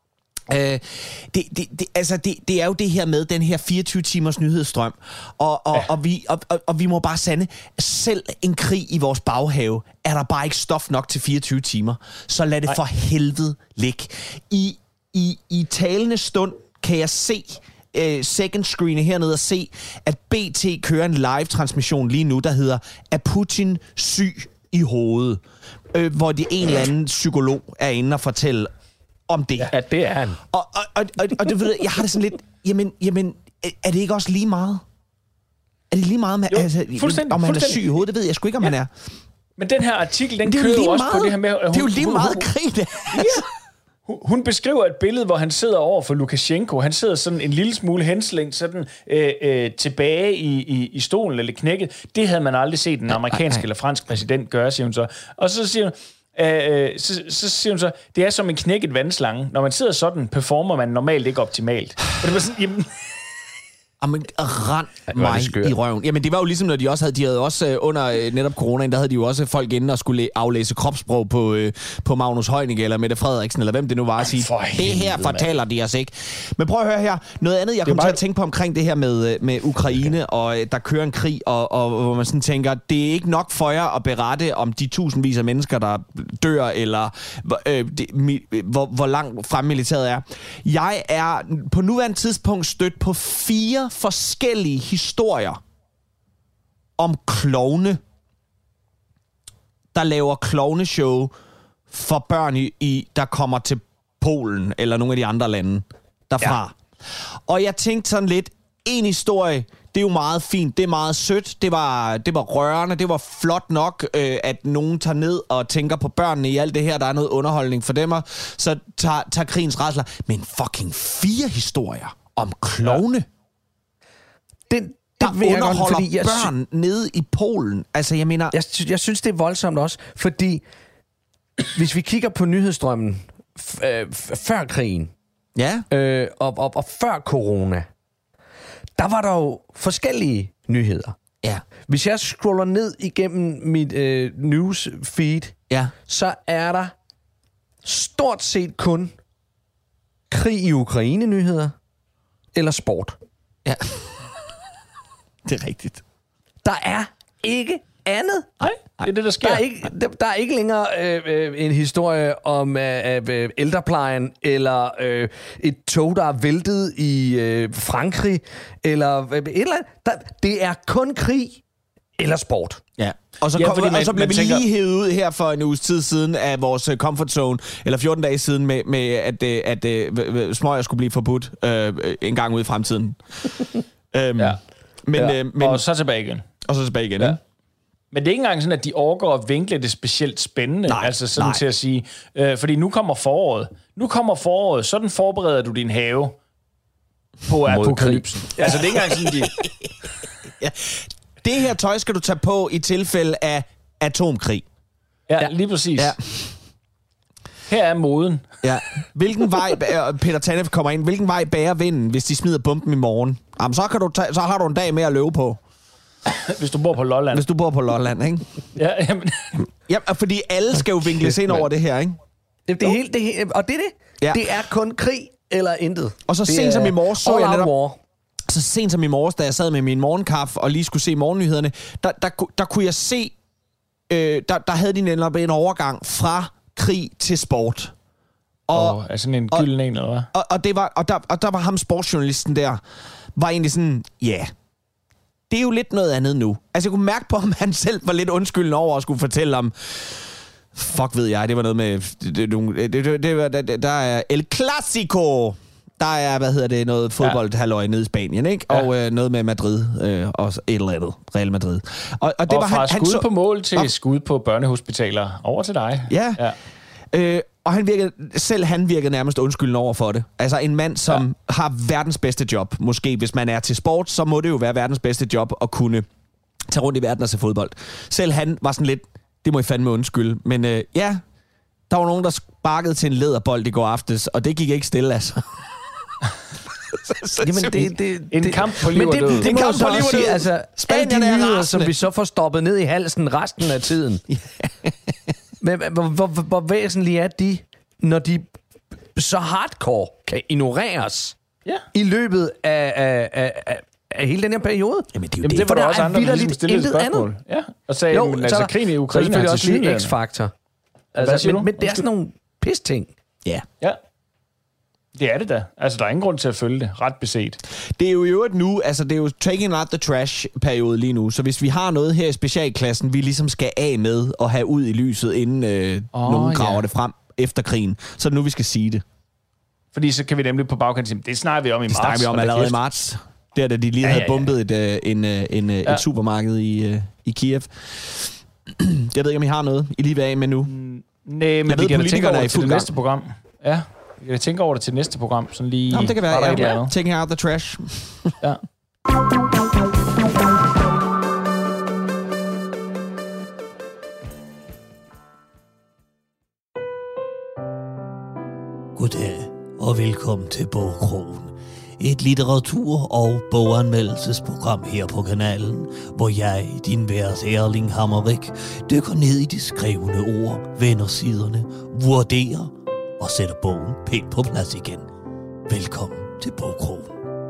Det er jo det her med den her 24 timers nyhedsstrøm, og vi må bare sande, selv en krig i vores baghave er der bare ikke stof nok til 24 timer, så lad det for helvede ligge. I talende stund kan jeg se second screene hernede og se, at BT kører en live-transmission lige nu, der hedder "Er Putin syg i hovedet?", hvor en eller anden psykolog er inde og fortælle om det. Ja, det er han. Og det ved jeg har det sådan lidt, jamen, er det ikke også lige meget? Er det lige meget med, om han er syg i hovedet? Det ved jeg sgu ikke, om han er. Men den her artikel, den kører jo også på det her med... Det er jo lige meget krig, det. Hun beskriver et billede, hvor han sidder over for Lukashenko. Han sidder sådan en lille smule henslængt sådan, tilbage i stolen eller knækket. Det havde man aldrig set en amerikansk eller fransk præsident gøre, siger hun så. Og så siger hun... Så siger hun så, det er som en knækket vandslange. Når man sidder sådan, performer man normalt ikke optimalt. Og det var sådan, jamen... Jamen, rend mig i røven. Jamen, det var jo ligesom, når de havde også under netop coronaen, der havde de jo også folk inde og skulle aflæse kropssprog på Magnus Heunicke eller Mette Frederiksen, eller hvem det nu var at sige, det her fortæller de os ikke. Men prøv at høre her. Noget andet, jeg kom til at tænke på omkring det her med Ukraine, og der kører en krig, og hvor man sådan tænker, det er ikke nok for jer at berette om de tusindvis af mennesker, der dør, eller hvor langt frem militæret er. Jeg er på nuværende tidspunkt stødt på 4 forskellige historier om klovne, der laver klovneshow for børn, der kommer til Polen eller nogle af de andre lande derfra. Ja. Og jeg tænkte sådan lidt, en historie, det er jo meget fint, det er meget sødt, det var rørende, det var flot nok, at nogen tager ned og tænker på børnene i alt det her, der er noget underholdning for dem, og så tager krigens rædsler. Men fucking 4 historier om klovne. Der underholder børn nede i Polen. Altså, jeg mener... Jeg synes, det er voldsomt også, fordi hvis vi kigger på nyhedsstrømmen før krigen, og før corona, der var der jo forskellige nyheder. Ja. Hvis jeg scroller ned igennem mit newsfeed, så er der stort set kun krig i Ukraine-nyheder eller sport. Ja. Det er rigtigt. Der er ikke andet. Nej, det er det, der sker. Der er ikke længere en historie om ældreplejen, eller et tog, der er væltet i Frankrig, eller et eller andet. Det er kun krig eller sport. Ja. Og så, blev vi lige hævet ud her for en uges tid siden af vores comfort zone, eller 14 dage siden, med at smøger skulle blive forbudt en gang ude i fremtiden. Men, og så tilbage igen. Ja. Men det er ikke engang sådan, at de orker at vinkle det specielt spændende. Altså sådan til at sige, fordi nu kommer foråret. Sådan forbereder du din have på apokalypsen. Altså det er ikke engang sådan, de... Ja. Det her tøj skal du tage på i tilfælde af atomkrig. Ja, lige præcis. Ja. Her er moden. Ja. Hvilken vej, Peter Tanev kommer ind, hvilken vej bærer vinden, hvis de smider bomben i morgen? Jamen, så har du en dag mere at løbe på. Hvis du bor på Lolland. Ikke? Ja, jamen. Ja, fordi alle skal jo vinkles ind over det her, ikke? Det er helt, og det er det. Ja. Det er kun krig eller intet. Og så sent som i morges så jeg netop... Så sent som i morges, da jeg sad med min morgenkaffe og lige skulle se morgennyhederne, der kunne jeg se, der havde de netop en overgang fra krig til sport. Altså en gylden en, eller hvad? Og der var ham sportsjournalisten der, var egentlig sådan, det er jo lidt noget andet nu. Altså jeg kunne mærke på, om han selv var lidt undskyldende over at skulle fortælle om, fuck ved jeg, det var noget med, der er El Clasico. Der er, noget fodboldhalløj nede i Spanien, ikke? Ja. Og noget med Madrid, og et eller andet, Real Madrid. Og det var fra skud på mål til skud på børnehospitaler. Over til dig. Ja. Og han virkede nærmest undskyldende over for det. Altså en mand, som har verdens bedste job. Måske hvis man er til sport, så må det jo være verdens bedste job at kunne tage rundt i verden og se fodbold. Selv han var sådan lidt, det må I fandme undskylde. Men der var nogen, der sparkede til en læderbold i går aftes, og det gik ikke stille, altså. Jamen, en kamp på liv og død. Det må så også sige, altså, alle de nyheder, som vi så får stoppet ned i halsen resten af tiden. Men hvor væsentlige er de, når de så hardcore kan ignoreres i løbet af hele den her periode? Jamen, det var der også andre, der ligesom stillede spørgsmål. Ja, og sagde, altså krigen i Ukraine er også lige X-faktor. Altså, men det er sådan nogle pis-ting. Ja. Det er det da. Altså, der er ingen grund til at følge det. Ret beset. Det er jo i øvrigt nu, altså det er jo taking out the trash-periode lige nu, så hvis vi har noget her i specialklassen, vi ligesom skal af med og have ud i lyset, inden nogen graver det frem efter krigen, så er det nu, vi skal sige det. Fordi så kan vi nemlig på bagkant sige, det snakker vi om i marts. Det snakker vi om allerede i marts. Der da de lige havde bombet et supermarked i Kiev. Jeg ved ikke, om I har noget, I lige vil af med nu. Nej, men vi kan tænke over det til det næste program. Ja, vi kan tænke over det til næste program. Sådan lige. Jamen, det kan være, taking out the trash. Ja. Goddag og velkommen til Bogkrogen. Et litteratur- og boganmeldelsesprogram her på kanalen, hvor jeg, din vært Erling Hammerik, dykker ned i de skrevne ord, vender siderne, vurderer og sætter bogen pænt på plads igen. Velkommen til Bogkrogen.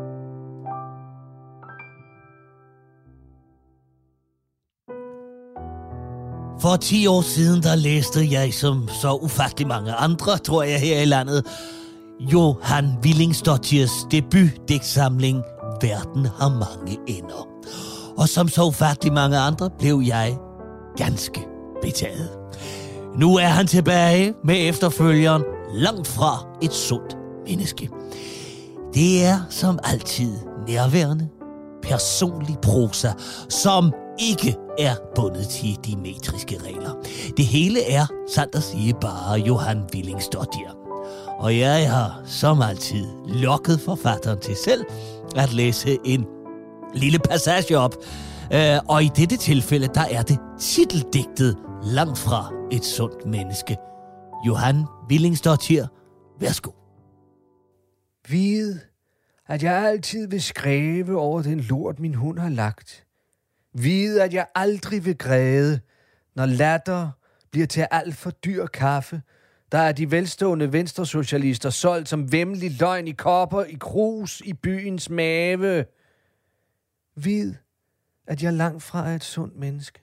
For 10 år siden, der læste jeg som så ufattelig mange andre, tror jeg, her i landet, Johan Willingsdottirs debutdigtsamling Verden har mange ender. Og som så ufattelig mange andre blev jeg ganske betaget. Nu er han tilbage med efterfølgeren Langt fra et sundt menneske. Det er som altid nærværende, personlig prosa, som ikke er bundet til de metriske regler. Det hele er, sandt at sige, bare Johan Willingsdottir. Og jeg har som altid lokket forfatteren til selv at læse en lille passage op. Og i dette tilfælde, der er det titeldigtet Langt fra et sundt menneske. Johan Willingsdottir, værsgo. Vid, at jeg altid vil skræve over den lort, min hund har lagt. Vid, at jeg aldrig vil græde, når latter bliver til alt for dyr kaffe, der er de velstående venstresocialister solgt som væmmelig løgn i kopper, i krus, i byens mave. Vid, at jeg langt fra er et sundt menneske.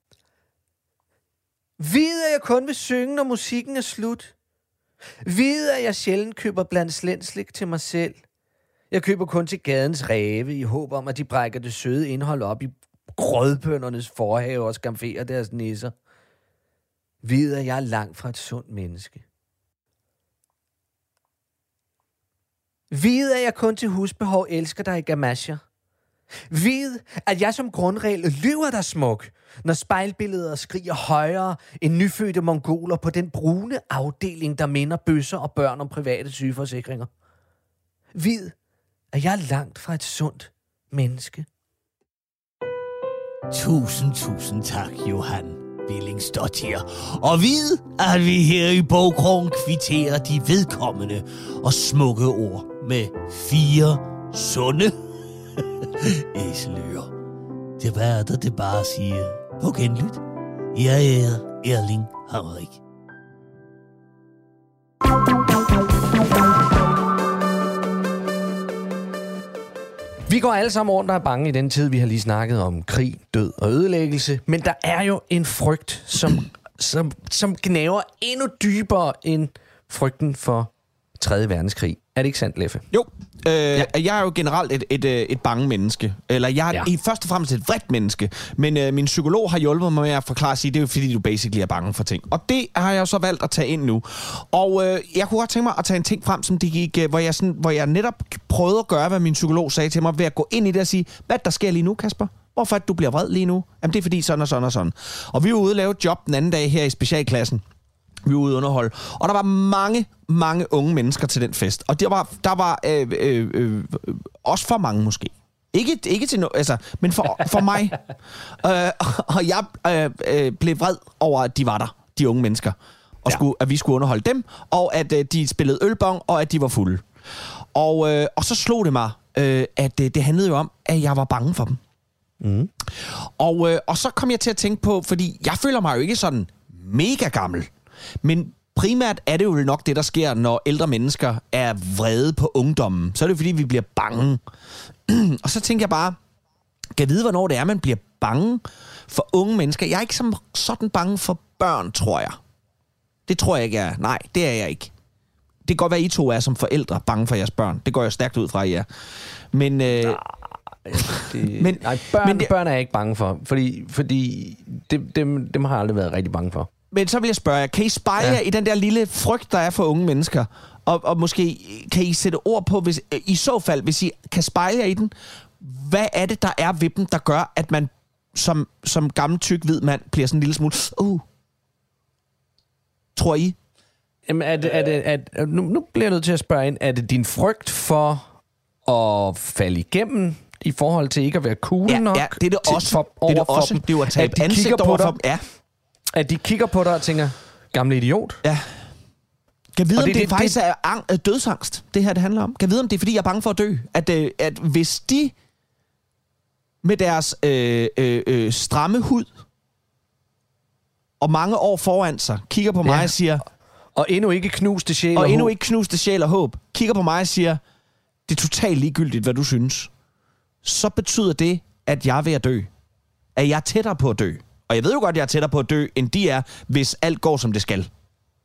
Vid, at jeg kun vil synge, når musikken er slut. Vid, at jeg sjældent køber blandt slenslik til mig selv. Jeg køber kun til gadens ræve i håb om, at de brækker det søde indhold op i grødbøndernes forhave og skamferer deres nisser. Vid, at jeg er langt fra et sundt menneske. Vid, at jeg kun til husbehov elsker dig i gamasjer. Vid, at jeg som grundregel lyver dig smuk, når spejlbilleder skriger højere end nyfødte mongoler på den brune afdeling, der minder bøsser og børn om private sygeforsikringer. Vid, at jeg er langt fra et sundt menneske. Tusind tak, Johan Willingsdottir. Og vid, at vi her i Bogkrogen kvitterer de vedkommende og smukke ord med 4 sunde æseløer. Det var det bare siger. På genlyt. Jeg er Erling Hammerik. Vi går alle sammen rundt og er bange i den tid, vi har lige snakket om krig, død og ødelæggelse. Men der er jo en frygt, som gnaver endnu dybere end frygten for 3. verdenskrig. Er det ikke sandt, Leffe? Jo. Jeg er jo generelt et bange menneske. Eller jeg er først og fremmest et vredt menneske. Men min psykolog har hjulpet mig med at forklare sig, det er jo fordi, du basically er bange for ting. Og det har jeg så valgt at tage ind nu. Og jeg kunne godt tænke mig at tage en ting frem, som det gik, hvor jeg netop prøvede at gøre, hvad min psykolog sagde til mig, ved at gå ind i det og sige, hvad der sker lige nu, Kasper? Hvorfor at du bliver vred lige nu? Jamen det er fordi sådan og sådan og sådan. Og vi var ude at lave et job den anden dag her i specialklassen. Vi var ude underholde. Og der var mange unge mennesker til den fest. Og der var også for mange måske. Ikke til men for mig. Og jeg blev vred over, at de var der, de unge mennesker. Og at vi skulle underholde dem. Og at de spillede ølbong, og at de var fulde. Og så slog det mig, at det handlede jo om, at jeg var bange for dem. Mm. Og så kom jeg til at tænke på, fordi jeg føler mig jo ikke sådan mega gammel. Men primært er det jo nok det, der sker, når ældre mennesker er vrede på ungdommen. Så er det jo, fordi vi bliver bange. Og så tænker jeg bare, kan jeg vide, hvornår det er, man bliver bange for unge mennesker? Jeg er ikke sådan bange for børn, tror jeg. Det tror jeg ikke, jeg er. Nej, det er jeg ikke. Det kan godt være, I to er som forældre bange for jeres børn. Det går jeg stærkt ud fra, I er. Men... børn er jeg ikke bange for, fordi dem har jeg aldrig været rigtig bange for. Men så vil jeg spørge jer, kan I spejle jer i den der lille frygt, der er for unge mennesker? Og måske kan I sætte ord på, hvis I kan spejle jer i den, hvad er det, der er ved dem, der gør, at man som gammel tyk hvid mand bliver sådan en lille smule... Tror I? Jamen, nu bliver jeg nødt til at spørge ind, er det din frygt for at falde igennem i forhold til ikke at være cool nok? Ja, det er det også. Det er jo at tage et ansigt over for dem. Ja. At de kigger på dig og tænker, gamle idiot. Ja. Kan vide, om det faktisk er dødsangst, det her det handler om? Kan vide, om det er, fordi jeg er bange for at dø? At hvis de med deres stramme hud og mange år foran sig kigger på mig og siger... Og endnu ikke knuste sjæl og endnu ikke knuste sjæl og håb. Kigger på mig og siger, det er totalt ligegyldigt, hvad du synes. Så betyder det, at jeg er ved at dø. At jeg er tættere på at dø. Og jeg ved jo godt, at jeg er tættere på at dø, end de er, hvis alt går, som det skal.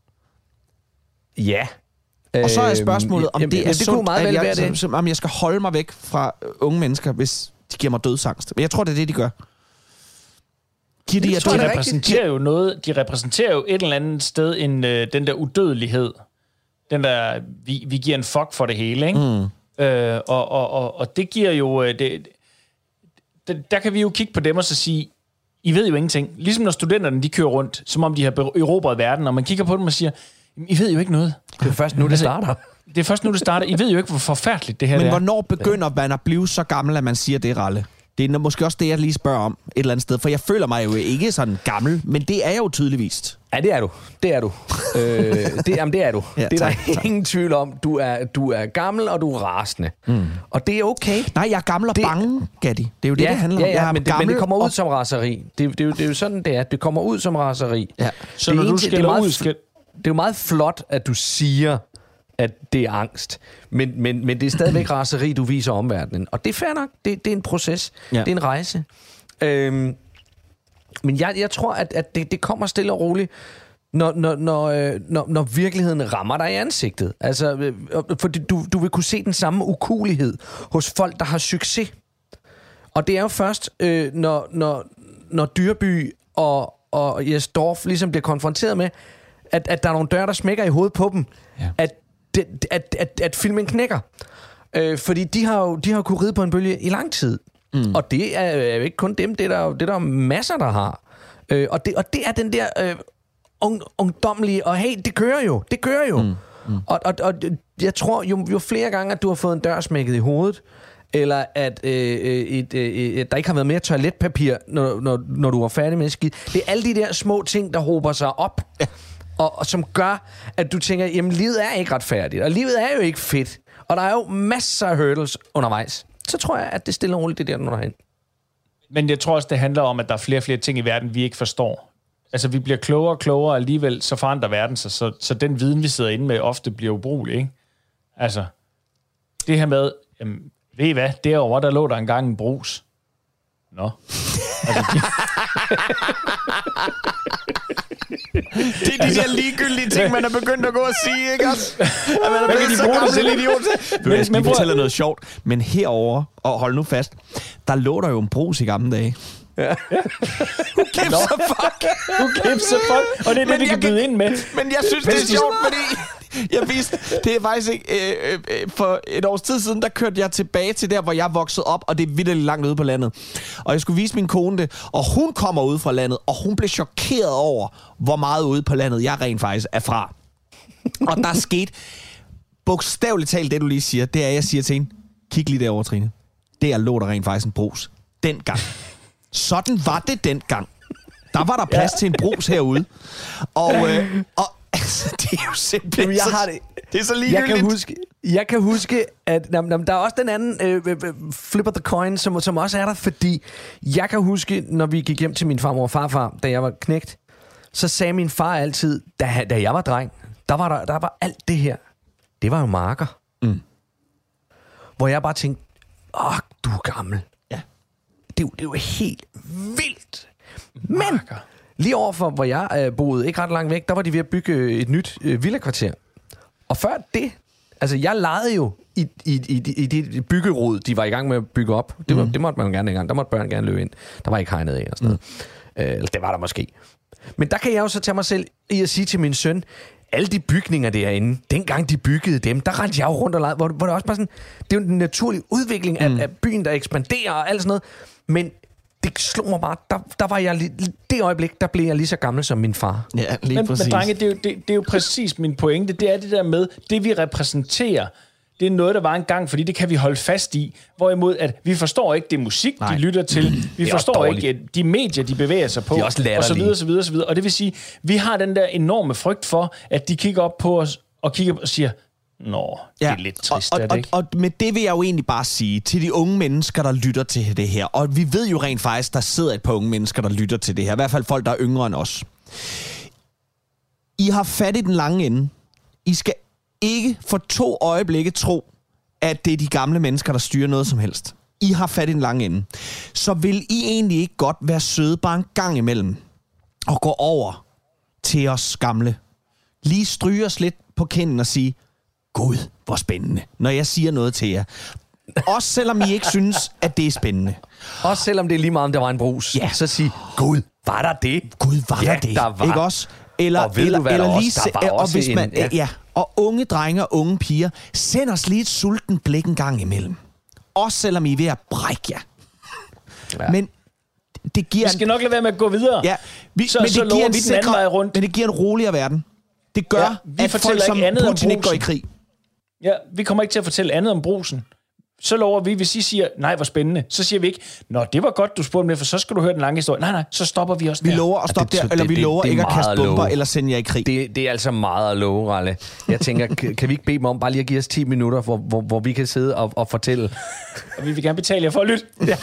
Ja. Og så er spørgsmålet, om det er sundt, at om jeg skal holde mig væk fra unge mennesker, hvis de giver mig dødsangst. Men jeg tror, det er det, de gør. De repræsenterer jo noget. De repræsenterer jo et eller andet sted den der udødelighed. Den der, vi giver en fuck for det hele, ikke? Og det giver jo... der kan vi jo kigge på dem og så sige, I ved jo ingenting. Ligesom når studenterne, de kører rundt, som om de har erobret verden, og man kigger på dem og siger, I ved jo ikke noget. Det er først nu, det starter. Det er først nu, det starter. I ved jo ikke, hvor forfærdeligt det her er. Men hvornår begynder man at blive så gammel, at man siger det, Ralle? Det er måske også det, jeg lige spørger om et eller andet sted. For jeg føler mig jo ikke sådan gammel, men det er jeg jo tydeligvis. Ja, det er du. Det er du. Det er du. Ja, det er der ingen tvivl om. Du er gammel, og du er rasende. Og det er okay. Nej, jeg er gammel og bange, Gatti. Det er jo det handler om. Ja, men det kommer ud som raseri. Det er jo sådan, det er. Det kommer ud som raseri. Ja. Så når du skælder ud... Det er jo meget flot, at du siger, at det er angst. Men det er stadigvæk raseri, du viser omverdenen. Og det er fair nok. Det er en proces. Ja. Det er en rejse. Men jeg tror, at det kommer stille og roligt, når virkeligheden rammer dig i ansigtet. Altså, fordi du vil kunne se den samme ukuelighed hos folk, der har succes. Og det er jo først, når Dyrby og Jes Dorf ligesom bliver konfronteret med, at der er nogle døre, der smækker i hovedet på dem, at filmen knækker. Fordi de har jo kunnet ride på en bølge i lang tid. Og det er jo ikke kun dem, det er der masser, der har. Og det er den der ungdomlige, og hey, det kører jo. Og jeg tror, jo flere gange, at du har fået en dør smækket i hovedet, eller at der ikke har været mere toiletpapir, når du var færdig med at skide. Det er alle de der små ting, der hober sig op, og som gør, at du tænker, jamen livet er ikke retfærdigt, og livet er jo ikke fedt, og der er jo masser af hurdles undervejs. Så tror jeg, at det stille og roligt, det der når derhen. Men jeg tror også, det handler om, at der er flere og flere ting i verden, vi ikke forstår. Altså, vi bliver klogere og klogere, og alligevel så forandrer verden sig, så den viden, vi sidder inde med, ofte bliver ubrugelig, ikke? Altså, det her med, jamen, ved I hvad, derovre, der lå der engang en brus. Nå. Altså, det er de der ligegyldige ting, man er begyndt at gå og sige, ikke også? At man er blevet så gammel idiot. Men fortæller noget sjovt. Men herover og hold nu fast, der lå der jo en brus i gamle dage. Ja. Who gives a fuck? Who gives a fuck? Og det er det, vi kan byde ind med. Men jeg synes, det er sjovt, fordi jeg vidste, det er faktisk ikke... for et års tid siden, der kørte jeg tilbage til der, hvor jeg voksede op, og det er vitterligt langt ude på landet. Og jeg skulle vise min kone det, og hun kommer ude fra landet, og hun blev chokeret over, hvor meget ude på landet jeg rent faktisk er fra. Og der er sket bogstaveligt talt det, du lige siger, det er, jeg siger til hende, kig lige derovre, Trine. Der lå der rent faktisk en brus. Dengang. Sådan var det dengang. Der var der plads til en brus herude. Og altså, det er jo simpelthen... Jeg har det. Det er så ligegyldigt. Jeg kan huske, at der er også den anden flip of the coin, som også er der, fordi jeg kan huske, når vi gik hjem til min farmor og farfar, da jeg var knægt, så sagde min far altid, da jeg var dreng, der var alt det her. Det var jo marker. Hvor jeg bare tænkte, du er gammel. Ja. Det er jo helt vildt. Men lige overfor, hvor jeg boede, ikke ret langt væk, der var de ved at bygge et nyt villakvarter. Og før det, altså jeg legede jo i det byggerod, de var i gang med at bygge op. Det måtte man jo gerne engang. Der måtte børn gerne løbe ind. Der var ikke hegnet af og sådan noget. Eller det var der måske. Men der kan jeg jo så tage mig selv i at sige til min søn, alle de bygninger derinde, dengang de byggede dem, der rendte jeg jo rundt og legede, hvor det også bare sådan, det er jo en naturlig udvikling af byen, der ekspanderer og alt sådan noget. Men det slog mig bare, der var jeg det øjeblik, der blev jeg lige så gammel som min far. Ja, lige præcis. Men drenge, det er jo præcis min pointe. Det er det der med, det vi repræsenterer, det er noget, der var engang, fordi det kan vi holde fast i. Hvorimod, at vi forstår ikke det musik, de lytter til. Vi forstår ikke de medier, de bevæger sig på. De er også latterlige. Og så videre, så videre. Og det vil sige, vi har den der enorme frygt for, at de kigger op på os og kigger og siger, nå, det er lidt trist, er det ikke? Og med det vil jeg jo egentlig bare sige til de unge mennesker, der lytter til det her. Og vi ved jo rent faktisk, der sidder et par unge mennesker, der lytter til det her. I hvert fald folk, der er yngre end os. I har fat i den lange ende. I skal ikke for 2 øjeblikke tro, at det er de gamle mennesker, der styrer noget som helst. I har fat i den lange ende. Så vil I egentlig ikke godt være søde bare en gang imellem og gå over til os gamle. Lige stryge os lidt på kinden og sige, Gud, hvor spændende, når jeg siger noget til jer. Også selvom I ikke synes, at det er spændende. Også selvom det er lige meget, om der var en brus. Ja. Så sig, Gud, var der det? Gud, var der det? Der var. Ikke også? Eller, og ved du, hvad der lige også? Der var også hvis man, og unge drenge og unge piger, send os lige et sulten blik en gang imellem. Også selvom I er ved at brække jer. Ja. Men det giver... Vi skal nok lade være med at gå videre. Ja, men det giver vi den anden vej rundt. Men det giver en roligere verden. Det gør, at folk som Putin ikke går i krig. Ja, vi kommer ikke til at fortælle andet om brusen. Så lover vi, hvis I siger, nej, hvor spændende, så siger vi ikke, nå, det var godt, du spurgte mig, for så skal du høre den lange historie. Nej, så stopper vi også der. Vi lover at stoppe der, eller vi lover ikke at kaste bomber, eller sende jer i krig. Det er altså meget at love, Ralle. Jeg tænker, kan vi ikke bede dem om bare lige at give os 10 minutter, hvor vi kan sidde og fortælle? Og vi vil gerne betale jer for at lytte. Ja.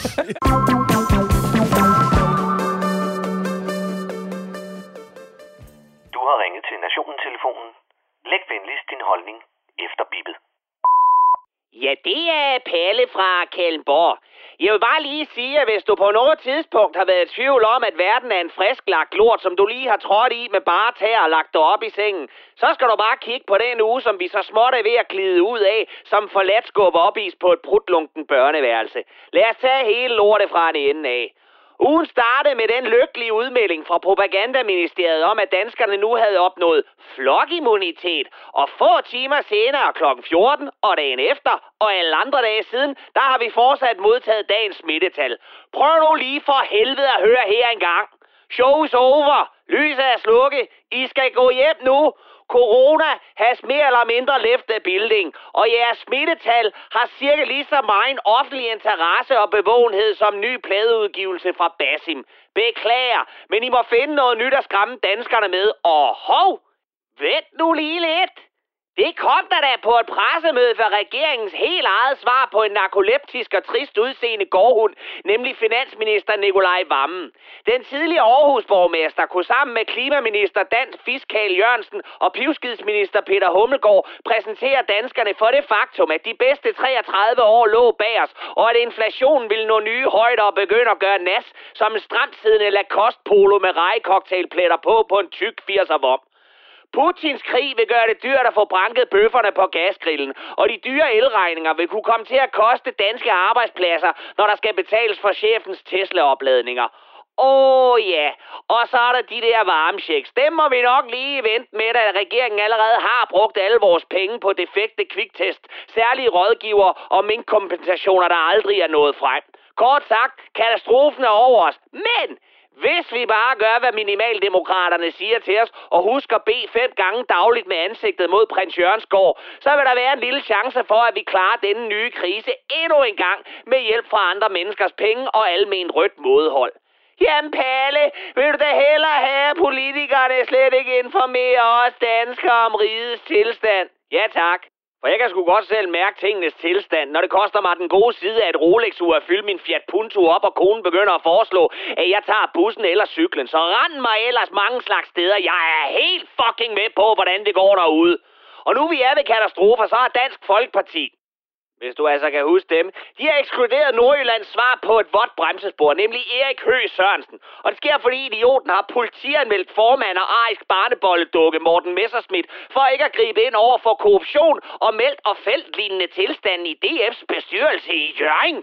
Du har ringet til Nationen-telefonen. Læg venligst din holdning efter bippet. Ja, det er Palle fra Kalmborg. Jeg vil bare lige sige, at hvis du på noget tidspunkt har været i tvivl om, at verden er en frisklagt lort, som du lige har trådt i med bare tæer og lagt dig op i sengen, så skal du bare kigge på den uge, som vi så småt er ved at glide ud af, som forladt skubber opis på et prutlunken børneværelse. Lad os tage hele lortet fra en ende af. Ugen startede med den lykkelige udmelding fra Propagandaministeriet om, at danskerne nu havde opnået flokimmunitet, og få timer senere kl. 14 og dagen efter, og alle andre dage siden, der har vi fortsat modtaget dagens smittetal. Prøv nu lige for helvede at høre her engang. Show's over. Lyset er slukket. I skal gå hjem nu. Corona has mere eller mindre left the building, og jeres smittetal har cirka lige så meget offentlig interesse og bevågenhed som ny pladeudgivelse fra Basim. Beklager, men I må finde noget nyt at skræmme danskerne med. Og hov, vent nu lige lidt. Det kom der da på et pressemøde for regeringens helt eget svar på en narkoleptisk og trist udseende gårdhund, nemlig finansminister Nikolaj Wammen. Den tidligere Aarhus-borgmester kunne sammen med klimaminister Dan Fiskal Jørgensen og pivskidsminister Peter Hummelgaard præsentere danskerne for det faktum, at de bedste 33 år lå bag os, og at inflationen ville nå nye højder og begynde at gøre nas som en stramtsiddende Lacoste polo med rejecocktailpletter på en tyk 80'er vom. Putins krig vil gøre det dyrt at få branket bøfferne på gasgrillen, og de dyre elregninger vil kunne komme til at koste danske arbejdspladser, når der skal betales for chefens Tesla-opladninger. Ja, og så er der de der varmechecks. Dem må vi nok lige vente med, da regeringen allerede har brugt alle vores penge på defekte kviktest, særlige rådgiver og minkkompensationer, der aldrig er nået frem. Kort sagt, katastrofen er over os, men hvis vi bare gør, hvad minimaldemokraterne siger til os, og husker at bede 5 gange dagligt med ansigtet mod prins Jørgensgaard, så vil der være en lille chance for, at vi klarer denne nye krise endnu en gang med hjælp fra andre menneskers penge og almen rødt mådehold. Jamen Palle, vil du da hellere have, at politikerne slet ikke informerer os danskere om rigets tilstand? Ja tak. For jeg kan sgu godt selv mærke tingenes tilstand, når det koster mig den gode side af et Rolex-ur at fylde min Fiat Punto op, og konen begynder at foreslå, at jeg tager bussen eller cyklen. Så rend mig ellers mange slags steder. Jeg er helt fucking med på, hvordan det går derude. Og nu vi er ved katastrofer, så er Dansk Folkeparti, hvis du altså kan huske dem, de har ekskluderet Nordjyllands svar på et vådt bremsespor, nemlig Erik Høgh Sørensen. Og det sker, fordi idioten har politianmeldt formand og arisk barnebolledukke Morten Messerschmidt for ikke at gribe ind over for korruption og meldt og feltlignende tilstande i DF's bestyrelse i Hjørring.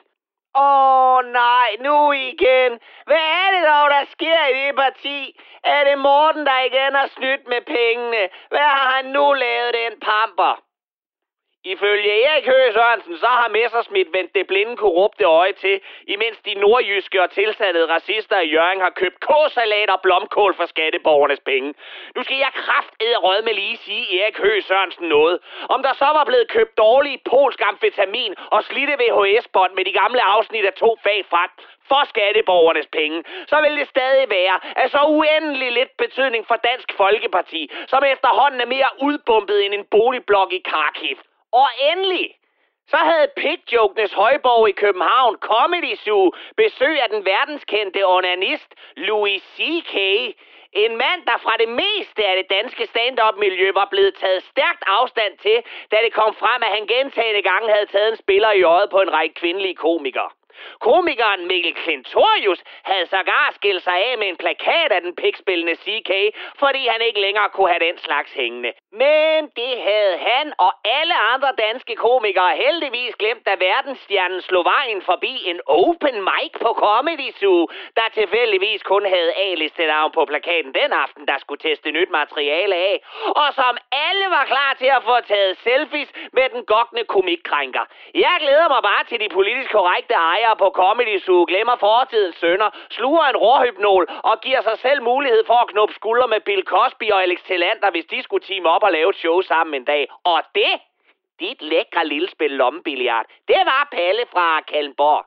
Nej, nu igen. Hvad er det dog, der sker i det parti? Er det Morten, der igen har snydt med pengene? Hvad har han nu lavet, den pamper? Ifølge Erik Høgh Sørensen, så har Messerschmidt vendt det blinde korrupte øje til, imens de nordjyske og tilsatte racister i Hjørring har købt kåsalat og blomkål for skatteborgernes penge. Nu skal jeg kraftedderrødme lige sige Erik Høgh Sørensen noget. Om der så var blevet købt dårlige polsk amfetamin og slidte VHS-bånd med de gamle afsnit af 2 fag frem for skatteborgernes penge, så vil det stadig være af så uendelig lidt betydning for Dansk Folkeparti, som efterhånden er mere udbumpet end en boligblok i Kharkiv. Og endelig, så havde Pigjokenes højborg i København, Comedy Zoo, besøg af den verdenskendte onanist Louis C.K., en mand, der fra det meste af det danske stand-up-miljø var blevet taget stærkt afstand til, da det kom frem, at han gentagne gange havde taget en spiller i øjet på en række kvindelige komikere. Komikeren Mikkel Klintorius havde sågar skilt sig af med en plakat af den pikspillende CK, fordi han ikke længere kunne have den slags hængende. Men det havde han og alle andre danske komikere heldigvis glemt, da verdensstjernen slog vejen forbi en open mic på Comedy Zoo, der tilfældigvis kun havde A-listenavn på plakaten den aften, der skulle teste nyt materiale af, og som alle var klar til at få taget selfies med den gokkende komikkrænker. Jeg glæder mig bare til de politisk korrekte ejere på Comedy Zoo glemmer fortidens synder, sluger en råhypnol og giver sig selv mulighed for at knuppe skuldre med Bill Cosby og Alex Tillander, hvis de skulle teame op og lave et show sammen en dag. Og det, dit lækre lille spil lommebilliard, det var Palle fra Kalmborg.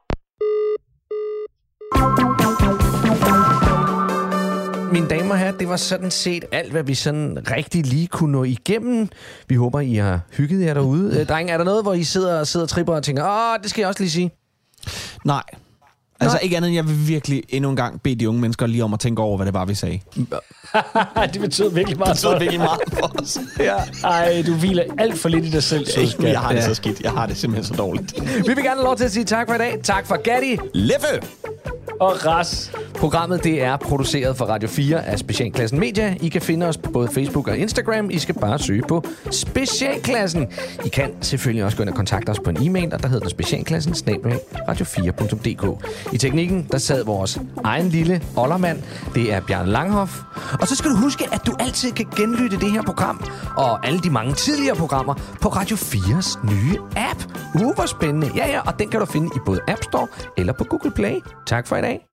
Mine damer og herrer, det var sådan set alt, hvad vi sådan rigtig lige kunne nå igennem. Vi håber, I har hygget jer derude. Drenge, er der noget, hvor I sidder og tripper og tænker, det skal jeg også lige sige? Nej. Altså ikke andet end, jeg vil virkelig endnu en gang bede de unge mennesker lige om at tænke over, hvad det var, vi sagde. Det betyder virkelig meget. Det betyder virkelig meget for os. Ja. Ej, du hviler alt for lidt i dig selv. Jeg har det så skidt. Jeg har det simpelthen så dårligt. Vi vil gerne have lov til at sige tak for i dag. Tak for Gatti. Leffe. Og Ras. Programmet det er produceret for Radio 4 af Specialklassen Media. I kan finde os på både Facebook og Instagram. I skal bare søge på Specialklassen. I kan selvfølgelig også gå ind og kontakte os på en e-mail, der hedder specialklassen@radio4.dk. I teknikken, der sad vores egen lille oldermand. Det er Bjarne Langhoff. Og så skal du huske, at du altid kan genlytte det her program og alle de mange tidligere programmer på Radio 4's nye app. Hvor spændende. Ja, og den kan du finde i både App Store eller på Google Play. Tak for i dag.